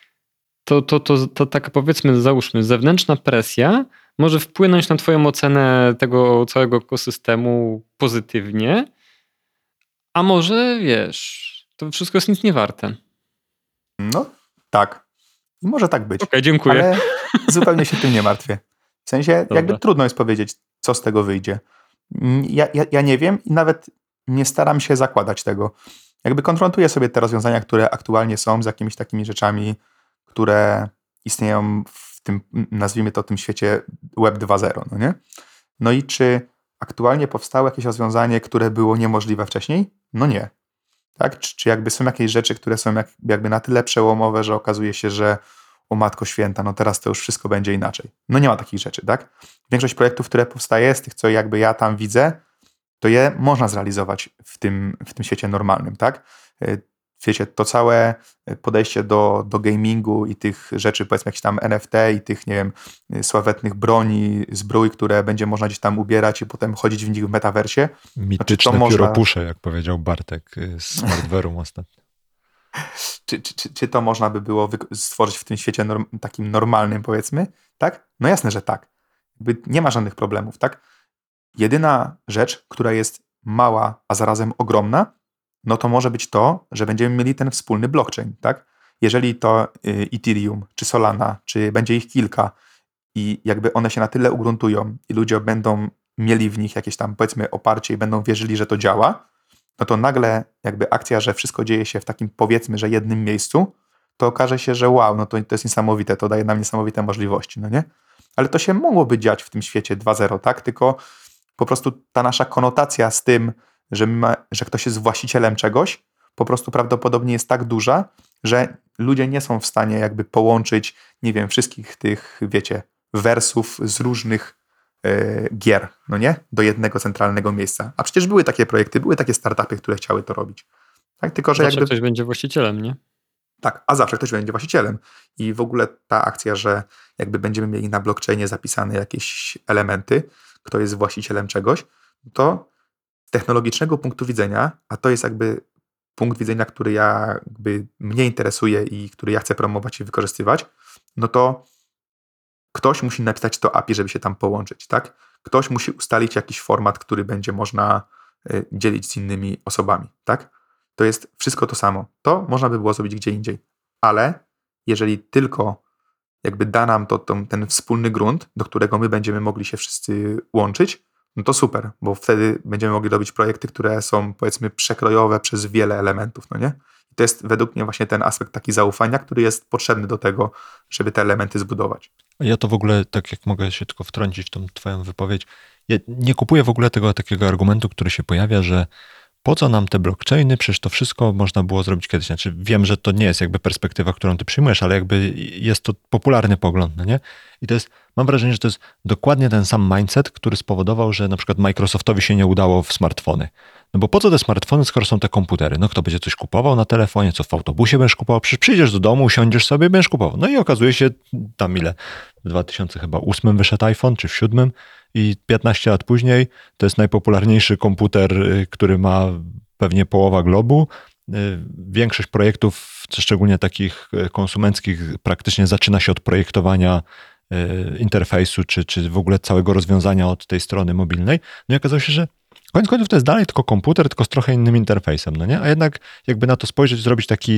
Speaker 2: to taka, powiedzmy, załóżmy, zewnętrzna presja może wpłynąć na twoją ocenę tego całego ekosystemu pozytywnie, a może, wiesz, to wszystko jest nic nie warte.
Speaker 3: No, tak. I może tak być.
Speaker 2: Okej, dziękuję.
Speaker 3: Ale zupełnie się tym nie martwię. W sensie, jakby trudno jest powiedzieć, co z tego wyjdzie. Ja nie wiem i nawet nie staram się zakładać tego. Jakby konfrontuję sobie te rozwiązania, które aktualnie są, z jakimiś takimi rzeczami, które istnieją w tym, nazwijmy to, tym świecie Web 2.0, no nie? No i czy aktualnie powstało jakieś rozwiązanie, które było niemożliwe wcześniej? No nie. Tak? Czy jakby są jakieś rzeczy, które są jakby na tyle przełomowe, że okazuje się, że o Matko Święta, no teraz to już wszystko będzie inaczej. No nie ma takich rzeczy, tak? Większość projektów, które powstaje, z tych, co jakby ja tam widzę, to je można zrealizować w tym świecie normalnym, tak? Wiecie, to całe podejście do gamingu i tych rzeczy, powiedzmy jakieś tam NFT i tych, nie wiem, sławetnych broni, zbrój, które będzie można gdzieś tam ubierać i potem chodzić w nich w metaversie.
Speaker 1: Mityczne pióropusze, jak powiedział Bartek z Smartware'u ostatnio.
Speaker 3: Czy to można by było stworzyć w tym świecie takim normalnym, powiedzmy? Tak? No jasne, że tak. Jakby nie ma żadnych problemów, tak? Jedyna rzecz, która jest mała, a zarazem ogromna, no to może być to, że będziemy mieli ten wspólny blockchain, tak? Jeżeli to Ethereum, czy Solana, czy będzie ich kilka i jakby one się na tyle ugruntują i ludzie będą mieli w nich jakieś tam, powiedzmy, oparcie i będą wierzyli, że to działa, no to nagle jakby akcja, że wszystko dzieje się w takim, powiedzmy, że jednym miejscu, to okaże się, że wow, no to jest niesamowite, to daje nam niesamowite możliwości, no nie? Ale to się mogłoby dziać w tym świecie 2.0, tak? Tylko po prostu ta nasza konotacja z tym, że ktoś jest właścicielem czegoś, po prostu prawdopodobnie jest tak duża, że ludzie nie są w stanie jakby połączyć, nie wiem, wszystkich tych, wiecie, wersów z różnych gier, no nie? Do jednego centralnego miejsca. A przecież były takie projekty, były takie startupy, które chciały to robić. Tak, tylko że
Speaker 2: Zawsze
Speaker 3: jakby...
Speaker 2: ktoś będzie właścicielem, nie?
Speaker 3: Tak, a zawsze ktoś będzie właścicielem. I w ogóle ta akcja, że jakby będziemy mieli na blockchainie zapisane jakieś elementy, kto jest właścicielem czegoś, to z technologicznego punktu widzenia, a to jest jakby punkt widzenia, który mnie interesuje i który ja chcę promować i wykorzystywać, no to ktoś musi napisać to API, żeby się tam połączyć, tak? Ktoś musi ustalić jakiś format, który będzie można dzielić z innymi osobami, tak? To jest wszystko to samo. To można by było zrobić gdzie indziej, ale jeżeli tylko jakby da nam ten wspólny grunt, do którego my będziemy mogli się wszyscy łączyć, no to super, bo wtedy będziemy mogli robić projekty, które są powiedzmy przekrojowe przez wiele elementów, no nie? I to jest według mnie właśnie ten aspekt taki zaufania, który jest potrzebny do tego, żeby te elementy zbudować.
Speaker 1: Ja to w ogóle, tak jak mogę się tylko wtrącić w tą twoją wypowiedź, ja nie kupuję w ogóle tego takiego argumentu, który się pojawia, że po co nam te blockchainy, przecież to wszystko można było zrobić kiedyś. Znaczy wiem, że to nie jest jakby perspektywa, którą ty przyjmujesz, ale jakby jest to popularny pogląd, no nie? I to jest, mam wrażenie, że to jest dokładnie ten sam mindset, który spowodował, że na przykład Microsoftowi się nie udało w smartfony. No bo po co te smartfony, skoro są te komputery? No kto będzie coś kupował na telefonie, co w autobusie będziesz kupował? Przecież przyjdziesz do domu, usiądziesz sobie, będziesz kupował. No i okazuje się, tam ile? W 2008 wyszedł iPhone, czy w 2007 i 15 lat później to jest najpopularniejszy komputer, który ma pewnie połowa globu. Większość projektów, szczególnie takich konsumenckich, praktycznie zaczyna się od projektowania interfejsu, czy w ogóle całego rozwiązania od tej strony mobilnej. No i okazało się, że koniec końców to jest dalej tylko komputer, tylko z trochę innym interfejsem, no nie? A jednak jakby na to spojrzeć, zrobić taki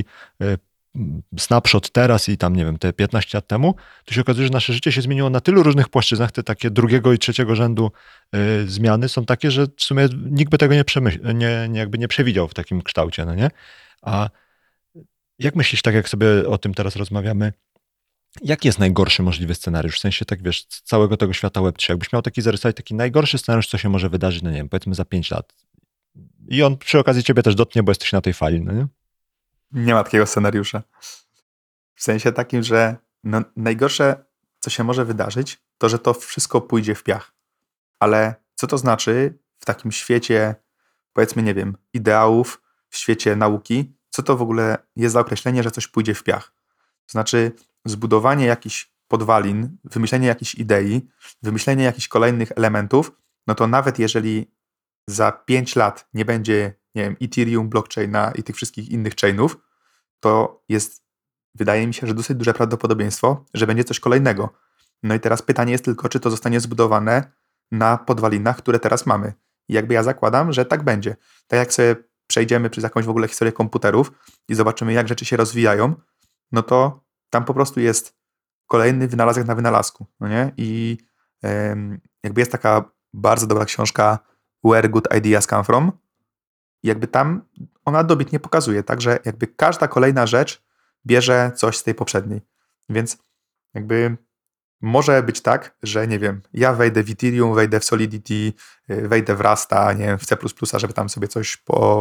Speaker 1: snapshot teraz i tam, nie wiem, te 15 lat temu, to się okazuje, że nasze życie się zmieniło na tylu różnych płaszczyznach, te takie drugiego i trzeciego rzędu zmiany są takie, że w sumie nikt by tego nie przewidział w takim kształcie, no nie? A jak myślisz, tak jak sobie o tym teraz rozmawiamy, jaki jest najgorszy możliwy scenariusz? W sensie, tak wiesz, z całego tego świata Web3. Jakbyś miał taki zarysować taki najgorszy scenariusz, co się może wydarzyć, no nie wiem, powiedzmy za 5 lat. I on przy okazji ciebie też dotknie, bo jesteś na tej fali, no nie?
Speaker 3: Nie ma takiego scenariusza. W sensie takim, że no, najgorsze, co się może wydarzyć, to, że to wszystko pójdzie w piach. Ale co to znaczy w takim świecie, powiedzmy, nie wiem, ideałów, w świecie nauki, co to w ogóle jest za określenie, że coś pójdzie w piach? To znaczy zbudowanie jakichś podwalin, wymyślenie jakiejś idei, wymyślenie jakichś kolejnych elementów, no to nawet jeżeli za 5 lat nie będzie, nie wiem, Ethereum, blockchaina i tych wszystkich innych chainów, to jest, wydaje mi się, że dosyć duże prawdopodobieństwo, że będzie coś kolejnego. No i teraz pytanie jest tylko, czy to zostanie zbudowane na podwalinach, które teraz mamy. I jakby ja zakładam, że tak będzie. Tak jak sobie przejdziemy przez jakąś w ogóle historię komputerów i zobaczymy, jak rzeczy się rozwijają, no to tam po prostu jest kolejny wynalazek na wynalazku. No nie? I jakby jest taka bardzo dobra książka Where Good Ideas Come From. I jakby tam ona dobitnie pokazuje, tak, że jakby każda kolejna rzecz bierze coś z tej poprzedniej. Więc jakby może być tak, że nie wiem, ja wejdę w Ethereum, wejdę w Solidity, wejdę w Rasta, nie wiem, w C++, żeby tam sobie coś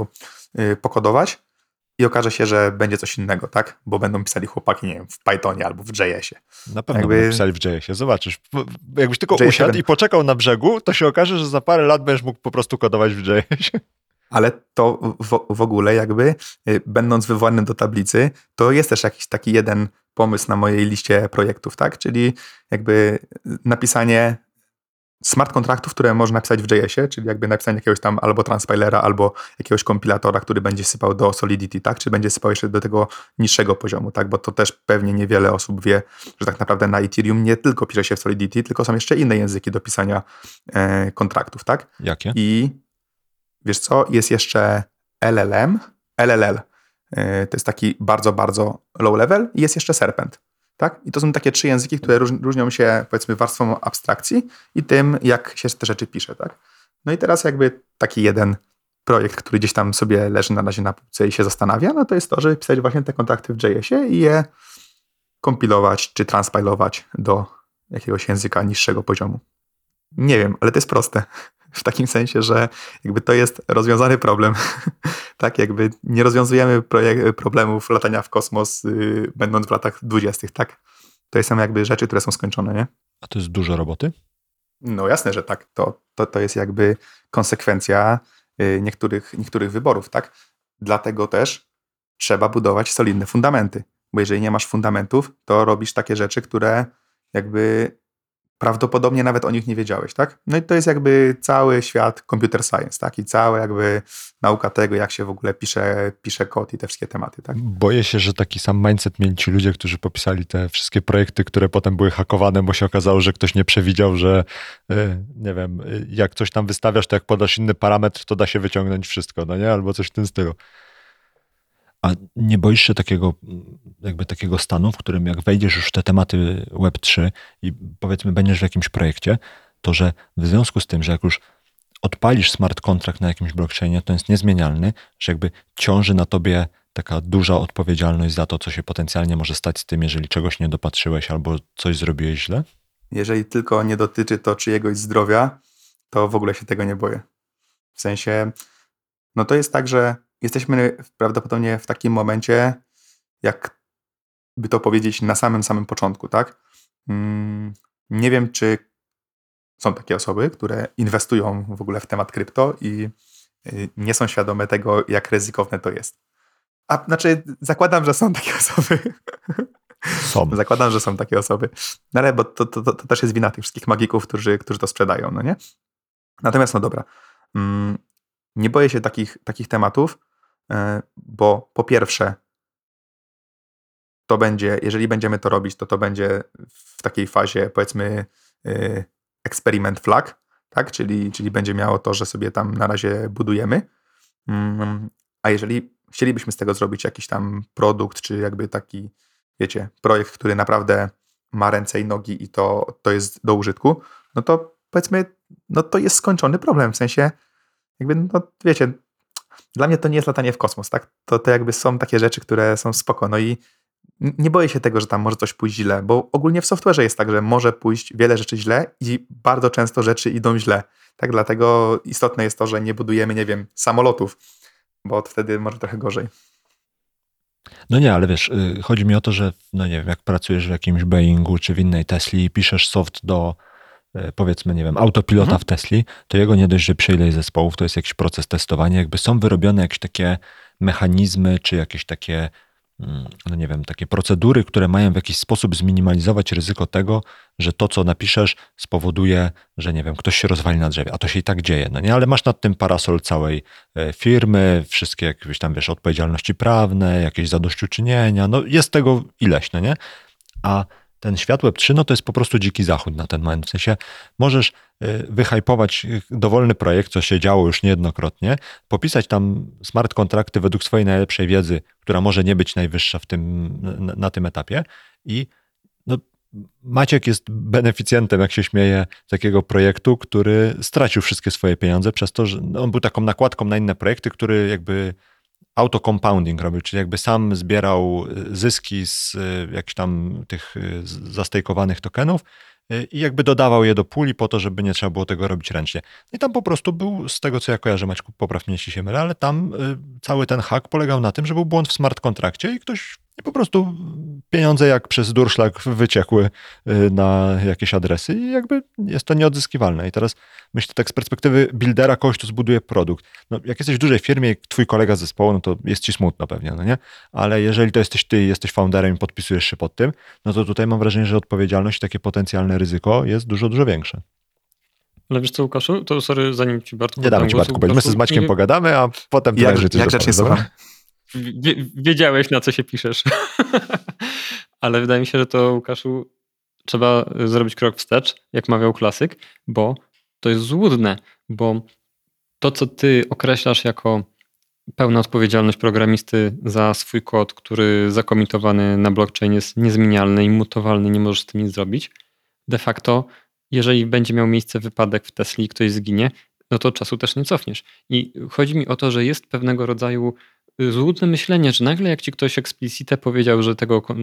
Speaker 3: pokodować i okaże się, że będzie coś innego, tak? Bo będą pisali chłopaki, nie wiem, w Pythonie albo w JS-ie.
Speaker 1: Na pewno będą pisali w JS-ie, zobaczysz. Jakbyś tylko
Speaker 3: JS-ie
Speaker 1: usiadł i poczekał na brzegu, to się okaże, że za parę lat będziesz mógł po prostu kodować w JS-ie.
Speaker 3: Ale to w ogóle jakby, będąc wywołanym do tablicy, to jest też jakiś taki jeden pomysł na mojej liście projektów, tak? Czyli jakby napisanie smart kontraktów, które można napisać w JS-ie, czyli jakby napisanie jakiegoś tam albo transpilera, albo jakiegoś kompilatora, który będzie sypał do Solidity, tak? Czy będzie sypał jeszcze do tego niższego poziomu, tak? Bo to też pewnie niewiele osób wie, że tak naprawdę na Ethereum nie tylko pisze się w Solidity, tylko są jeszcze inne języki do pisania kontraktów, tak?
Speaker 1: Jakie?
Speaker 3: I wiesz co, jest jeszcze LLL, to jest taki bardzo, bardzo low level i jest jeszcze Serpent, tak? I to są takie 3 języki, które różnią się, powiedzmy, warstwą abstrakcji i tym, jak się te rzeczy pisze, tak? No i teraz jakby taki jeden projekt, który gdzieś tam sobie leży na razie na półce i się zastanawia, no to jest to, żeby pisać właśnie te kontrakty w JS-ie i je kompilować czy transpilować do jakiegoś języka niższego poziomu. Nie wiem, ale to jest proste. W takim sensie, że jakby to jest rozwiązany problem. Tak, jakby nie rozwiązujemy problemów latania w kosmos, będąc w latach 20., tak? To są jakby rzeczy, które są skończone, nie?
Speaker 1: A to jest dużo roboty?
Speaker 3: No jasne, że tak. To jest jakby konsekwencja niektórych wyborów, tak? dlatego też trzeba budować solidne fundamenty, bo jeżeli nie masz fundamentów, to robisz takie rzeczy, które jakby prawdopodobnie nawet o nich nie wiedziałeś, tak? No i to jest jakby cały świat computer science, tak? I cała jakby nauka tego, jak się w ogóle pisze kod i te wszystkie tematy, tak?
Speaker 1: Boję się, że taki sam mindset mieli ci ludzie, którzy popisali te wszystkie projekty, które potem były hakowane, bo się okazało, że ktoś nie przewidział, że nie wiem, jak coś tam wystawiasz, to jak podasz inny parametr, to da się wyciągnąć wszystko, no nie? Albo coś w tym stylu. A nie boisz się takiego stanu, w którym jak wejdziesz już w te tematy Web3 i powiedzmy będziesz w jakimś projekcie, to że w związku z tym, że jak już odpalisz smart contract na jakimś blockchainie, to jest niezmienialny, że jakby ciąży na tobie taka duża odpowiedzialność za to, co się potencjalnie może stać z tym, jeżeli czegoś nie dopatrzyłeś albo coś zrobiłeś źle?
Speaker 3: Jeżeli tylko nie dotyczy to czyjegoś zdrowia, to w ogóle się tego nie boję. W sensie, no to jest tak, że jesteśmy prawdopodobnie w takim momencie, jak by to powiedzieć, na samym początku, tak? Nie wiem, czy są takie osoby, które inwestują w ogóle w temat krypto i nie są świadome tego, jak ryzykowne to jest. A znaczy, zakładam, że są takie osoby.
Speaker 1: Są.
Speaker 3: Zakładam, że są takie osoby. No ale bo to też jest wina tych wszystkich magików, którzy to sprzedają, no nie? Natomiast no dobra. Nie boję się takich tematów, bo po pierwsze to będzie, jeżeli będziemy to robić, to będzie w takiej fazie, powiedzmy, experiment flag, tak? Czyli będzie miało to, że sobie tam na razie budujemy. A jeżeli chcielibyśmy z tego zrobić jakiś tam produkt, czy jakby taki, wiecie, projekt, który naprawdę ma ręce i nogi i to jest do użytku, no to powiedzmy, no to jest skończony problem. W sensie, jakby, no wiecie, dla mnie to nie jest latanie w kosmos, tak? To jakby są takie rzeczy, które są spoko. No i nie boję się tego, że tam może coś pójść źle, bo ogólnie w software'ze jest tak, że może pójść wiele rzeczy źle i bardzo często rzeczy idą źle. Tak, dlatego istotne jest to, że nie budujemy, nie wiem, samolotów, bo wtedy może trochę gorzej.
Speaker 1: No nie, ale wiesz, chodzi mi o to, że no nie wiem, jak pracujesz w jakimś Boeingu czy w innej Tesli i piszesz soft do powiedzmy, nie wiem, autopilota w Tesli, to jego nie dość, że przy ileś zespołów, to jest jakiś proces testowania, jakby są wyrobione jakieś takie mechanizmy, czy jakieś takie no nie wiem, takie procedury, które mają w jakiś sposób zminimalizować ryzyko tego, że to, co napiszesz, spowoduje, że nie wiem, ktoś się rozwali na drzewie, a to się i tak dzieje, no nie? Ale masz nad tym parasol całej firmy, wszystkie jakieś tam, wiesz, odpowiedzialności prawne, jakieś zadośćuczynienia, no jest tego ileś, no nie? A ten świat Web3, no to jest po prostu dziki zachód na ten moment. W sensie możesz wyhypować dowolny projekt, co się działo już niejednokrotnie, popisać tam smart kontrakty według swojej najlepszej wiedzy, która może nie być najwyższa na tym etapie i no, Maciek jest beneficjentem, jak się śmieje, takiego projektu, który stracił wszystkie swoje pieniądze przez to, że on był taką nakładką na inne projekty, który jakby auto-compounding robił, czyli jakby sam zbierał zyski z jakichś tam tych zastejkowanych tokenów i jakby dodawał je do puli po to, żeby nie trzeba było tego robić ręcznie. I tam po prostu był, z tego co ja kojarzę, Maćku, popraw mnie, jeśli się mylę, ale tam cały ten hack polegał na tym, że był błąd w smart kontrakcie i ktoś po prostu pieniądze jak przez durszlak wyciekły na jakieś adresy i jakby jest to nieodzyskiwalne. I teraz myślę tak z perspektywy buildera, kogoś, kto zbuduje produkt. No, jak jesteś w dużej firmie i twój kolega z zespołu, no to jest ci smutno pewnie, no nie? Ale jeżeli to jesteś ty, jesteś founderem i podpisujesz się pod tym, no to tutaj mam wrażenie, że odpowiedzialność i takie potencjalne ryzyko jest dużo, dużo większe.
Speaker 2: Ale wiesz co, Łukaszu? To sorry, zanim ci Bartku
Speaker 1: Nie damy ci, Bartku, my z Maćkiem pogadamy, a potem
Speaker 3: jak grzecznie słucham.
Speaker 2: Wiedziałeś, na co się piszesz. Ale wydaje mi się, że to, Łukaszu, trzeba zrobić krok wstecz, jak mawiał klasyk, bo to jest złudne, bo to, co ty określasz jako pełna odpowiedzialność programisty za swój kod, który zakomitowany na blockchain jest niezmienialny, immutowalny, nie możesz z tym nic zrobić, de facto, jeżeli będzie miał miejsce wypadek w Tesli i ktoś zginie, no to czasu też nie cofniesz. I chodzi mi o to, że jest pewnego rodzaju złudne myślenie, że nagle jak ci ktoś explicite powiedział, że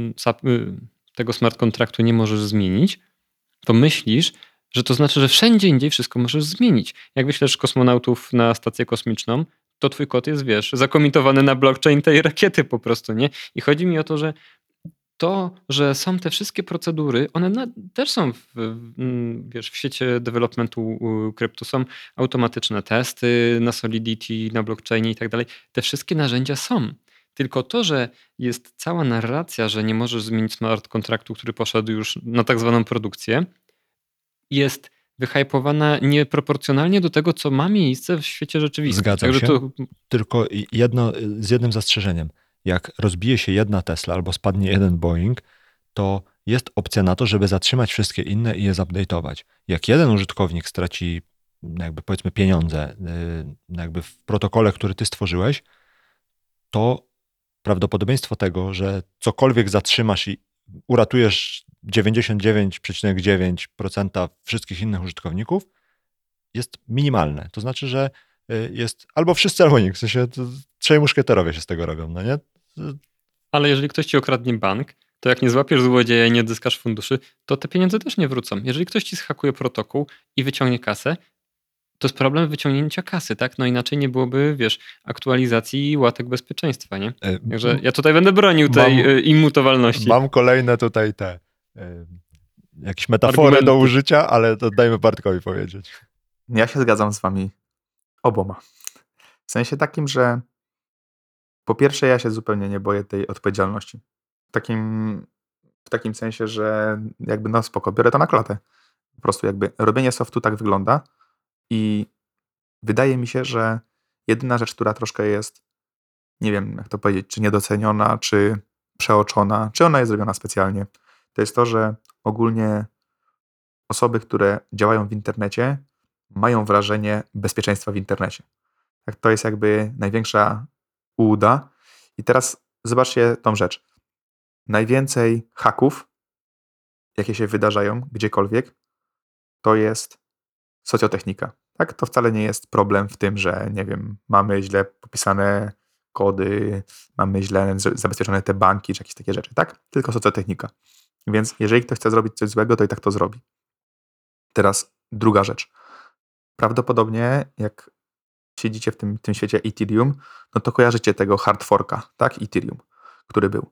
Speaker 2: tego smart kontraktu nie możesz zmienić, to myślisz, że to znaczy, że wszędzie indziej wszystko możesz zmienić. Jak wyślesz kosmonautów na stację kosmiczną, to twój kod jest, wiesz, zakomitowany na blockchain tej rakiety po prostu, nie? I chodzi mi o to, że to, że są te wszystkie procedury, one też są wiesz, w świecie developmentu krypto. Są automatyczne testy na Solidity, na blockchainie i tak dalej. Te wszystkie narzędzia są. Tylko to, że jest cała narracja, że nie możesz zmienić smart kontraktu, który poszedł już na tak zwaną produkcję, jest wyhypowana nieproporcjonalnie do tego, co ma miejsce w świecie rzeczywistym.
Speaker 1: Zgadzam się. Tylko z jednym zastrzeżeniem. Jak rozbije się jedna Tesla albo spadnie jeden Boeing, to jest opcja na to, żeby zatrzymać wszystkie inne i je zupdate'ować. Jak jeden użytkownik straci jakby powiedzmy pieniądze jakby w protokole, który ty stworzyłeś, to prawdopodobieństwo tego, że cokolwiek zatrzymasz i uratujesz 99,9% wszystkich innych użytkowników, jest minimalne. To znaczy, że jest albo wszyscy, albo nikt. W sensie trzej muszkieterowie się z tego robią, no nie?
Speaker 2: Ale jeżeli ktoś ci okradnie bank, to jak nie złapiesz złodzieja i nie odzyskasz funduszy, to te pieniądze też nie wrócą. Jeżeli ktoś ci zhakuje protokół i wyciągnie kasę, to jest problem wyciągnięcia kasy, tak? No inaczej nie byłoby, wiesz, aktualizacji łatek bezpieczeństwa, nie? Także ja tutaj będę bronił tej immutowalności.
Speaker 1: Mam kolejne tutaj jakieś metafory
Speaker 2: Argumenty
Speaker 1: do użycia, ale to dajmy Bartkowi powiedzieć.
Speaker 3: Ja się zgadzam z wami oboma. W sensie takim, że po pierwsze ja się zupełnie nie boję tej odpowiedzialności. W takim sensie, że jakby no spoko, biorę to na klatę. Po prostu jakby robienie softu tak wygląda i wydaje mi się, że jedyna rzecz, która troszkę jest, nie wiem jak to powiedzieć, czy niedoceniona, czy przeoczona, czy ona jest zrobiona specjalnie, to jest to, że ogólnie osoby, które działają w internecie, mają wrażenie bezpieczeństwa w internecie. Tak, to jest jakby największa ułuda. I teraz zobaczcie tą rzecz. Najwięcej haków, jakie się wydarzają gdziekolwiek, to jest socjotechnika. Tak? To wcale nie jest problem w tym, że nie wiem, mamy źle popisane kody, mamy źle zabezpieczone te banki, czy jakieś takie rzeczy, tak? Tylko socjotechnika. Więc jeżeli ktoś chce zrobić coś złego, to i tak to zrobi. Teraz druga rzecz. Prawdopodobnie jak siedzicie w tym świecie Ethereum, no to kojarzycie tego hard forka, tak? Ethereum, który był.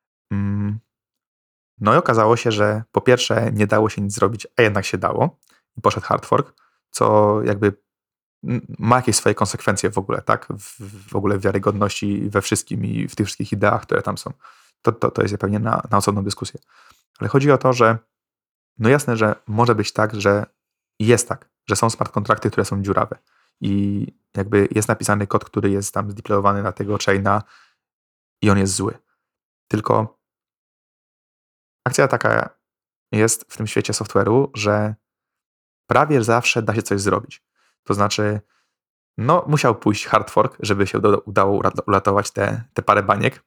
Speaker 3: No i okazało się, że po pierwsze nie dało się nic zrobić, a jednak się dało i poszedł hard fork, co jakby ma jakieś swoje konsekwencje w ogóle, tak? W ogóle w wiarygodności we wszystkim i w tych wszystkich ideach, które tam są. To jest pewnie na osobną dyskusję. Ale chodzi o to, że no jasne, że może być tak, że jest tak, że są smart kontrakty, które są dziurawe i jakby jest napisany kod, który jest tam zdeployowany na tego chaina i on jest zły. Tylko akcja taka jest w tym świecie software'u, że prawie zawsze da się coś zrobić. To znaczy, no musiał pójść hard fork, żeby się udało uratować te parę baniek,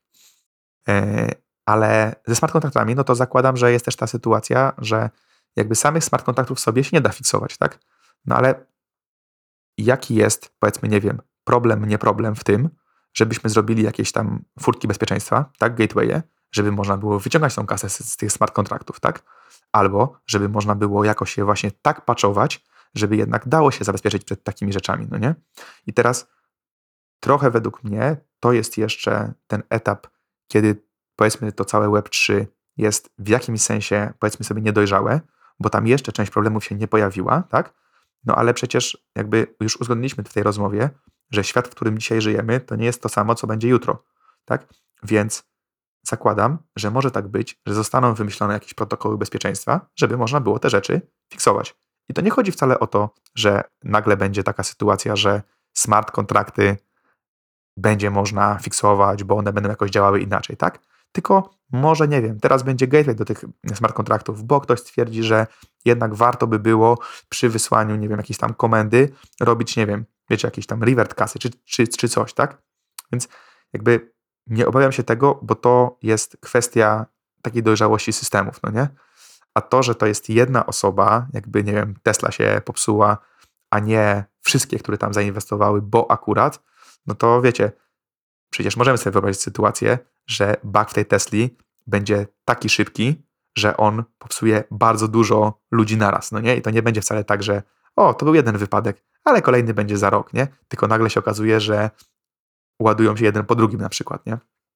Speaker 3: ale ze smart kontraktami, no to zakładam, że jest też ta sytuacja, że jakby samych smart kontraktów sobie się nie da fiksować, tak? No ale jaki jest, powiedzmy, nie wiem, nie problem w tym, żebyśmy zrobili jakieś tam furtki bezpieczeństwa, tak, gatewaye, żeby można było wyciągać tą kasę z tych smart kontraktów, tak? Albo żeby można było jakoś je właśnie tak patchować, żeby jednak dało się zabezpieczyć przed takimi rzeczami, no nie? I teraz trochę według mnie to jest jeszcze ten etap, kiedy powiedzmy to całe Web3 jest w jakimś sensie, powiedzmy sobie, niedojrzałe, bo tam jeszcze część problemów się nie pojawiła, tak? No ale przecież jakby już uzgodniliśmy w tej rozmowie, że świat, w którym dzisiaj żyjemy, to nie jest to samo, co będzie jutro, tak? Więc zakładam, że może tak być, że zostaną wymyślone jakieś protokoły bezpieczeństwa, żeby można było te rzeczy fiksować. I to nie chodzi wcale o to, że nagle będzie taka sytuacja, że smart kontrakty będzie można fiksować, bo one będą jakoś działały inaczej, tak? Tylko może, nie wiem, teraz będzie gateway do tych smart kontraktów, bo ktoś stwierdzi, że jednak warto by było przy wysłaniu, nie wiem, jakiejś tam komendy robić, nie wiem, wiecie, jakiś tam revert kasy, czy coś, tak? Więc jakby nie obawiam się tego, bo to jest kwestia takiej dojrzałości systemów, no nie? A to, że to jest jedna osoba, jakby, nie wiem, Tesla się popsuła, a nie wszystkie, które tam zainwestowały, bo akurat, no to wiecie, przecież możemy sobie wyobrazić sytuację, że bug w tej Tesli będzie taki szybki, że on popsuje bardzo dużo ludzi naraz, no nie? I to nie będzie wcale tak, że to był jeden wypadek, ale kolejny będzie za rok, nie? Tylko nagle się okazuje, że ładują się jeden po drugim na przykład, nie?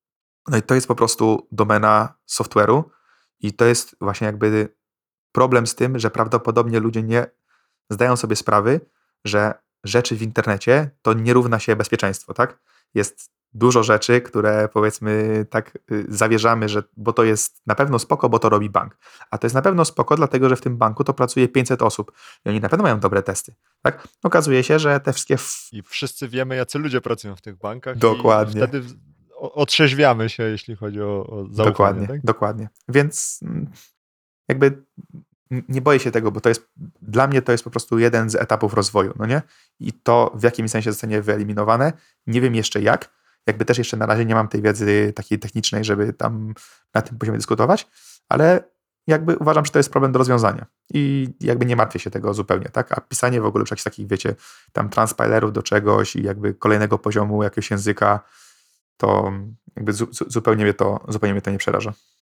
Speaker 3: No i to jest po prostu domena software'u i to jest właśnie jakby problem z tym, że prawdopodobnie ludzie nie zdają sobie sprawy, że rzeczy w internecie to nie równa się bezpieczeństwo, tak? Jest dużo rzeczy, które powiedzmy tak zawierzamy, że bo to jest na pewno spoko, bo to robi bank. A to jest na pewno spoko, dlatego że w tym banku to pracuje 500 osób i oni na pewno mają dobre testy, tak? Okazuje się, że te wszystkie...
Speaker 1: I wszyscy wiemy, jacy ludzie pracują w tych bankach i
Speaker 3: Dokładnie.
Speaker 1: wtedy otrzeźwiamy się, jeśli chodzi o zaufanie.
Speaker 3: Dokładnie,
Speaker 1: Tak?
Speaker 3: dokładnie. Więc jakby nie boję się tego, bo to jest, dla mnie to jest po prostu jeden z etapów rozwoju, no nie? I to w jakimś sensie zostanie wyeliminowane. Nie wiem jeszcze jak. Jakby też jeszcze na razie nie mam tej wiedzy takiej technicznej, żeby tam na tym poziomie dyskutować, ale jakby uważam, że to jest problem do rozwiązania. I jakby nie martwię się tego zupełnie, tak? A pisanie w ogóle jakichś takich, wiecie, tam transpilerów do czegoś i jakby kolejnego poziomu jakiegoś języka, to jakby zupełnie mnie to nie przeraża.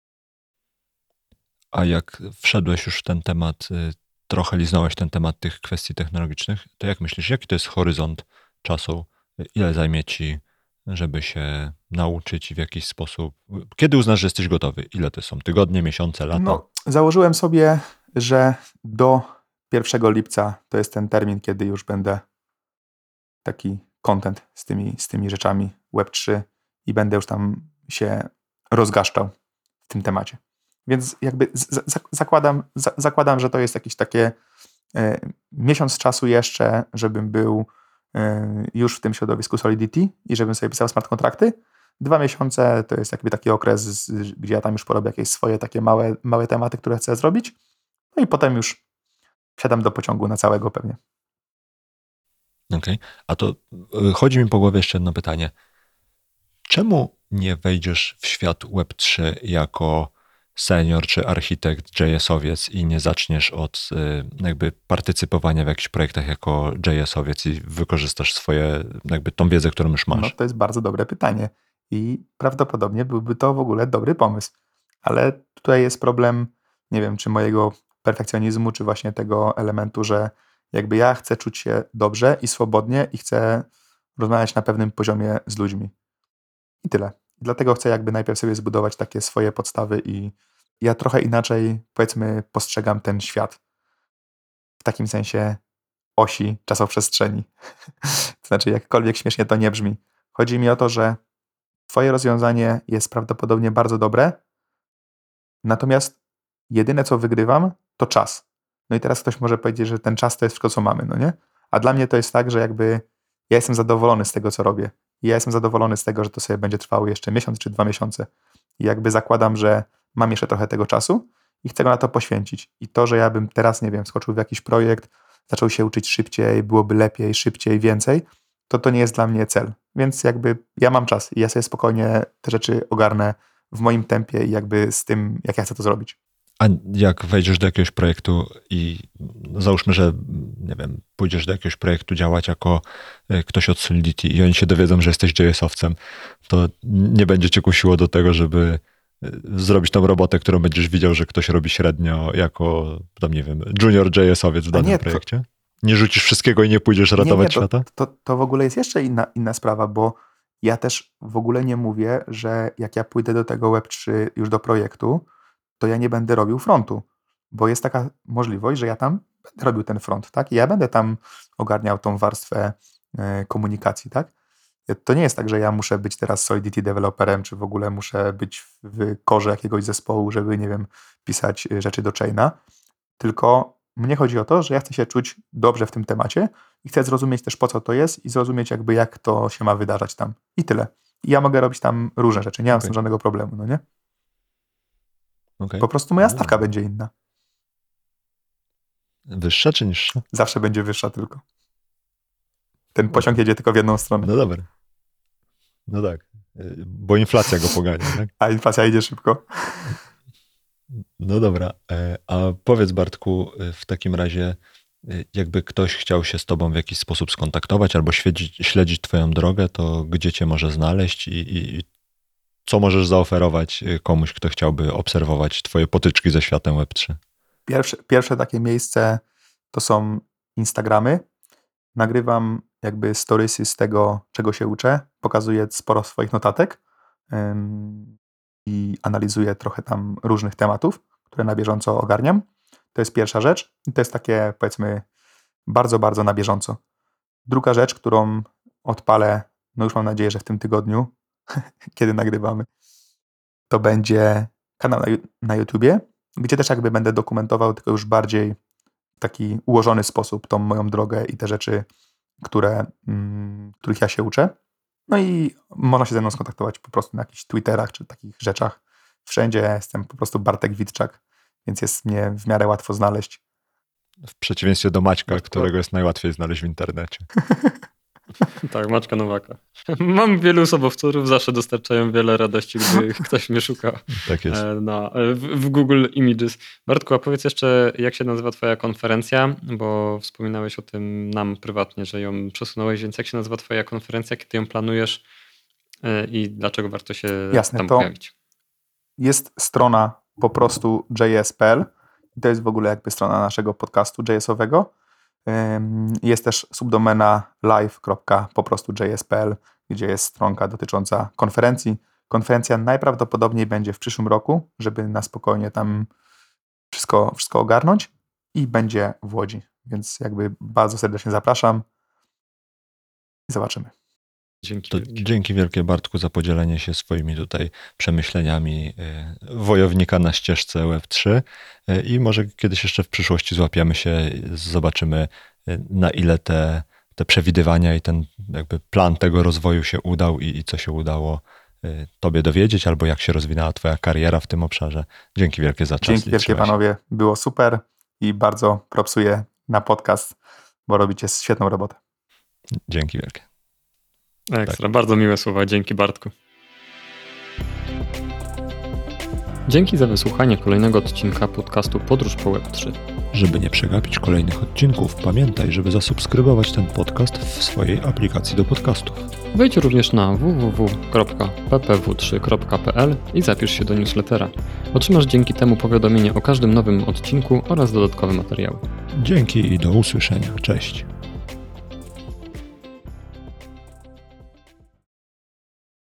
Speaker 1: A jak wszedłeś już w ten temat, trochę liznąłeś ten temat tych kwestii technologicznych, to jak myślisz, jaki to jest horyzont czasu? Ile zajmie ci, żeby się nauczyć w jakiś sposób? Kiedy uznasz, że jesteś gotowy? Ile to są? Tygodnie, miesiące, lata?
Speaker 3: No, założyłem sobie, że do 1 lipca to jest ten termin, kiedy już będę taki content z tymi rzeczami Web3 i będę już tam się rozgaszczał w tym temacie. Więc jakby zakładam, że to jest jakieś takie miesiąc czasu jeszcze, żebym był już w tym środowisku Solidity i żebym sobie pisał smart kontrakty. 2 miesiące to jest jakby taki okres, gdzie ja tam już porobię jakieś swoje takie małe tematy, które chcę zrobić. No i potem już wsiadam do pociągu na całego pewnie.
Speaker 1: Okej. A to chodzi mi po głowie jeszcze jedno pytanie. Czemu nie wejdziesz w świat Web3 jako senior czy architekt JS-owiec i nie zaczniesz od jakby partycypowania w jakichś projektach jako JS-owiec i wykorzystasz swoje, jakby tą wiedzę, którą już masz?
Speaker 3: No to jest bardzo dobre pytanie i prawdopodobnie byłby to w ogóle dobry pomysł. Ale tutaj jest problem, nie wiem, czy mojego perfekcjonizmu, czy właśnie tego elementu, że jakby ja chcę czuć się dobrze i swobodnie i chcę rozmawiać na pewnym poziomie z ludźmi. I tyle. Dlatego chcę jakby najpierw sobie zbudować takie swoje podstawy i ja trochę inaczej, powiedzmy, postrzegam ten świat. W takim sensie osi czasoprzestrzeni. To znaczy, jakkolwiek śmiesznie to nie brzmi. Chodzi mi o to, że twoje rozwiązanie jest prawdopodobnie bardzo dobre, natomiast jedyne, co wygrywam, to czas. No i teraz ktoś może powiedzieć, że ten czas to jest wszystko, co mamy, no nie? A dla mnie to jest tak, że jakby ja jestem zadowolony z tego, co robię. I ja jestem zadowolony z tego, że to sobie będzie trwało jeszcze miesiąc czy 2 miesiące. I jakby zakładam, że mam jeszcze trochę tego czasu i chcę go na to poświęcić. I to, że ja bym teraz, nie wiem, skoczył w jakiś projekt, zaczął się uczyć szybciej, byłoby lepiej, szybciej, więcej, to nie jest dla mnie cel. Więc jakby ja mam czas i ja sobie spokojnie te rzeczy ogarnę w moim tempie i jakby z tym, jak ja chcę to zrobić.
Speaker 1: A jak wejdziesz do jakiegoś projektu i załóżmy, że nie wiem, pójdziesz do jakiegoś projektu działać jako ktoś od Solidity i oni się dowiedzą, że jesteś JS-owcem, to nie będzie cię kusiło do tego, żeby zrobić tą robotę, którą będziesz widział, że ktoś robi średnio jako, tam nie wiem, junior JS-owiec w danym projekcie? Nie rzucisz wszystkiego i nie pójdziesz ratować świata?
Speaker 3: To w ogóle jest jeszcze inna sprawa, bo ja też w ogóle nie mówię, że jak ja pójdę do tego Web3 już do projektu, to ja nie będę robił frontu, bo jest taka możliwość, że ja tam będę robił ten front, tak? I ja będę tam ogarniał tą warstwę komunikacji, tak? To nie jest tak, że ja muszę być teraz Solidity developerem, czy w ogóle muszę być w korze jakiegoś zespołu, żeby, nie wiem, pisać rzeczy do chaina, tylko mnie chodzi o to, że ja chcę się czuć dobrze w tym temacie i chcę zrozumieć też, po co to jest i zrozumieć jakby, jak to się ma wydarzać tam. I tyle. I ja mogę robić tam różne rzeczy, nie mam z tym żadnego problemu, no nie?
Speaker 1: Okay.
Speaker 3: Po prostu moja stawka będzie inna.
Speaker 1: Wyższa czy niższa?
Speaker 3: Zawsze będzie wyższa tylko. Ten pociąg jedzie tylko w jedną stronę.
Speaker 1: No dobra. No tak. Bo inflacja go pogania, tak?
Speaker 3: A inflacja idzie szybko.
Speaker 1: No dobra. A powiedz, Bartku, w takim razie, jakby ktoś chciał się z tobą w jakiś sposób skontaktować albo śledzić twoją drogę, to gdzie cię może znaleźć i co możesz zaoferować komuś, kto chciałby obserwować twoje potyczki ze światem Web3?
Speaker 3: Pierwsze takie miejsce to są Instagramy. Nagrywam jakby storiesy z tego, czego się uczę. Pokazuję sporo swoich notatek. i analizuję trochę tam różnych tematów, które na bieżąco ogarniam. To jest pierwsza rzecz i to jest takie, powiedzmy, bardzo, bardzo na bieżąco. Druga rzecz, którą odpalę, no już mam nadzieję, że w tym tygodniu, kiedy nagrywamy, to będzie kanał na YouTubie, gdzie też jakby będę dokumentował, tylko już bardziej w taki ułożony sposób tą moją drogę i te rzeczy, których ja się uczę. No i można się ze mną skontaktować po prostu na jakichś Twitterach czy takich rzeczach. Wszędzie jestem po prostu Bartek Witczak, więc jest mnie w miarę łatwo znaleźć.
Speaker 1: W przeciwieństwie do Maćka,
Speaker 2: Bartku.
Speaker 1: którego jest najłatwiej znaleźć w internecie.
Speaker 2: Tak, Maćka Nowaka. Mam wielu osobowców, zawsze dostarczają wiele radości, gdy ktoś mnie szuka
Speaker 1: Tak jest.
Speaker 2: w Google Images. Bartku, a powiedz jeszcze, jak się nazywa twoja konferencja, bo wspominałeś o tym nam prywatnie, że ją przesunąłeś, więc jak się nazywa twoja konferencja, kiedy ją planujesz i dlaczego warto się tam pojawić?
Speaker 3: Jest strona po prostu js.pl i to jest w ogóle jakby strona naszego podcastu JS-owego. Jest też subdomena live.poprostu.js.pl, gdzie jest stronka dotycząca konferencji. Konferencja najprawdopodobniej będzie w przyszłym roku, żeby na spokojnie tam wszystko ogarnąć i będzie w Łodzi, więc jakby bardzo serdecznie zapraszam i zobaczymy.
Speaker 1: Dzięki wielkie, Bartku, za podzielenie się swoimi tutaj przemyśleniami wojownika na ścieżce Web3 i może kiedyś jeszcze w przyszłości złapiemy się, zobaczymy, na ile te przewidywania i ten jakby plan tego rozwoju się udał i co się udało tobie dowiedzieć, albo jak się rozwinęła twoja kariera w tym obszarze. Dzięki wielkie za czas.
Speaker 3: Dzięki wielkie, panowie, było super i bardzo propsuję na podcast, bo robicie świetną robotę.
Speaker 1: Dzięki wielkie.
Speaker 2: Ekstra, tak. Bardzo miłe słowa. Dzięki, Bartku. Dzięki za wysłuchanie kolejnego odcinka podcastu Podróż po Web3.
Speaker 1: Żeby nie przegapić kolejnych odcinków, pamiętaj, żeby zasubskrybować ten podcast w swojej aplikacji do podcastów.
Speaker 2: Wejdź również na www.ppw3.pl i zapisz się do newslettera. Otrzymasz dzięki temu powiadomienie o każdym nowym odcinku oraz dodatkowe materiały.
Speaker 1: Dzięki i do usłyszenia. Cześć.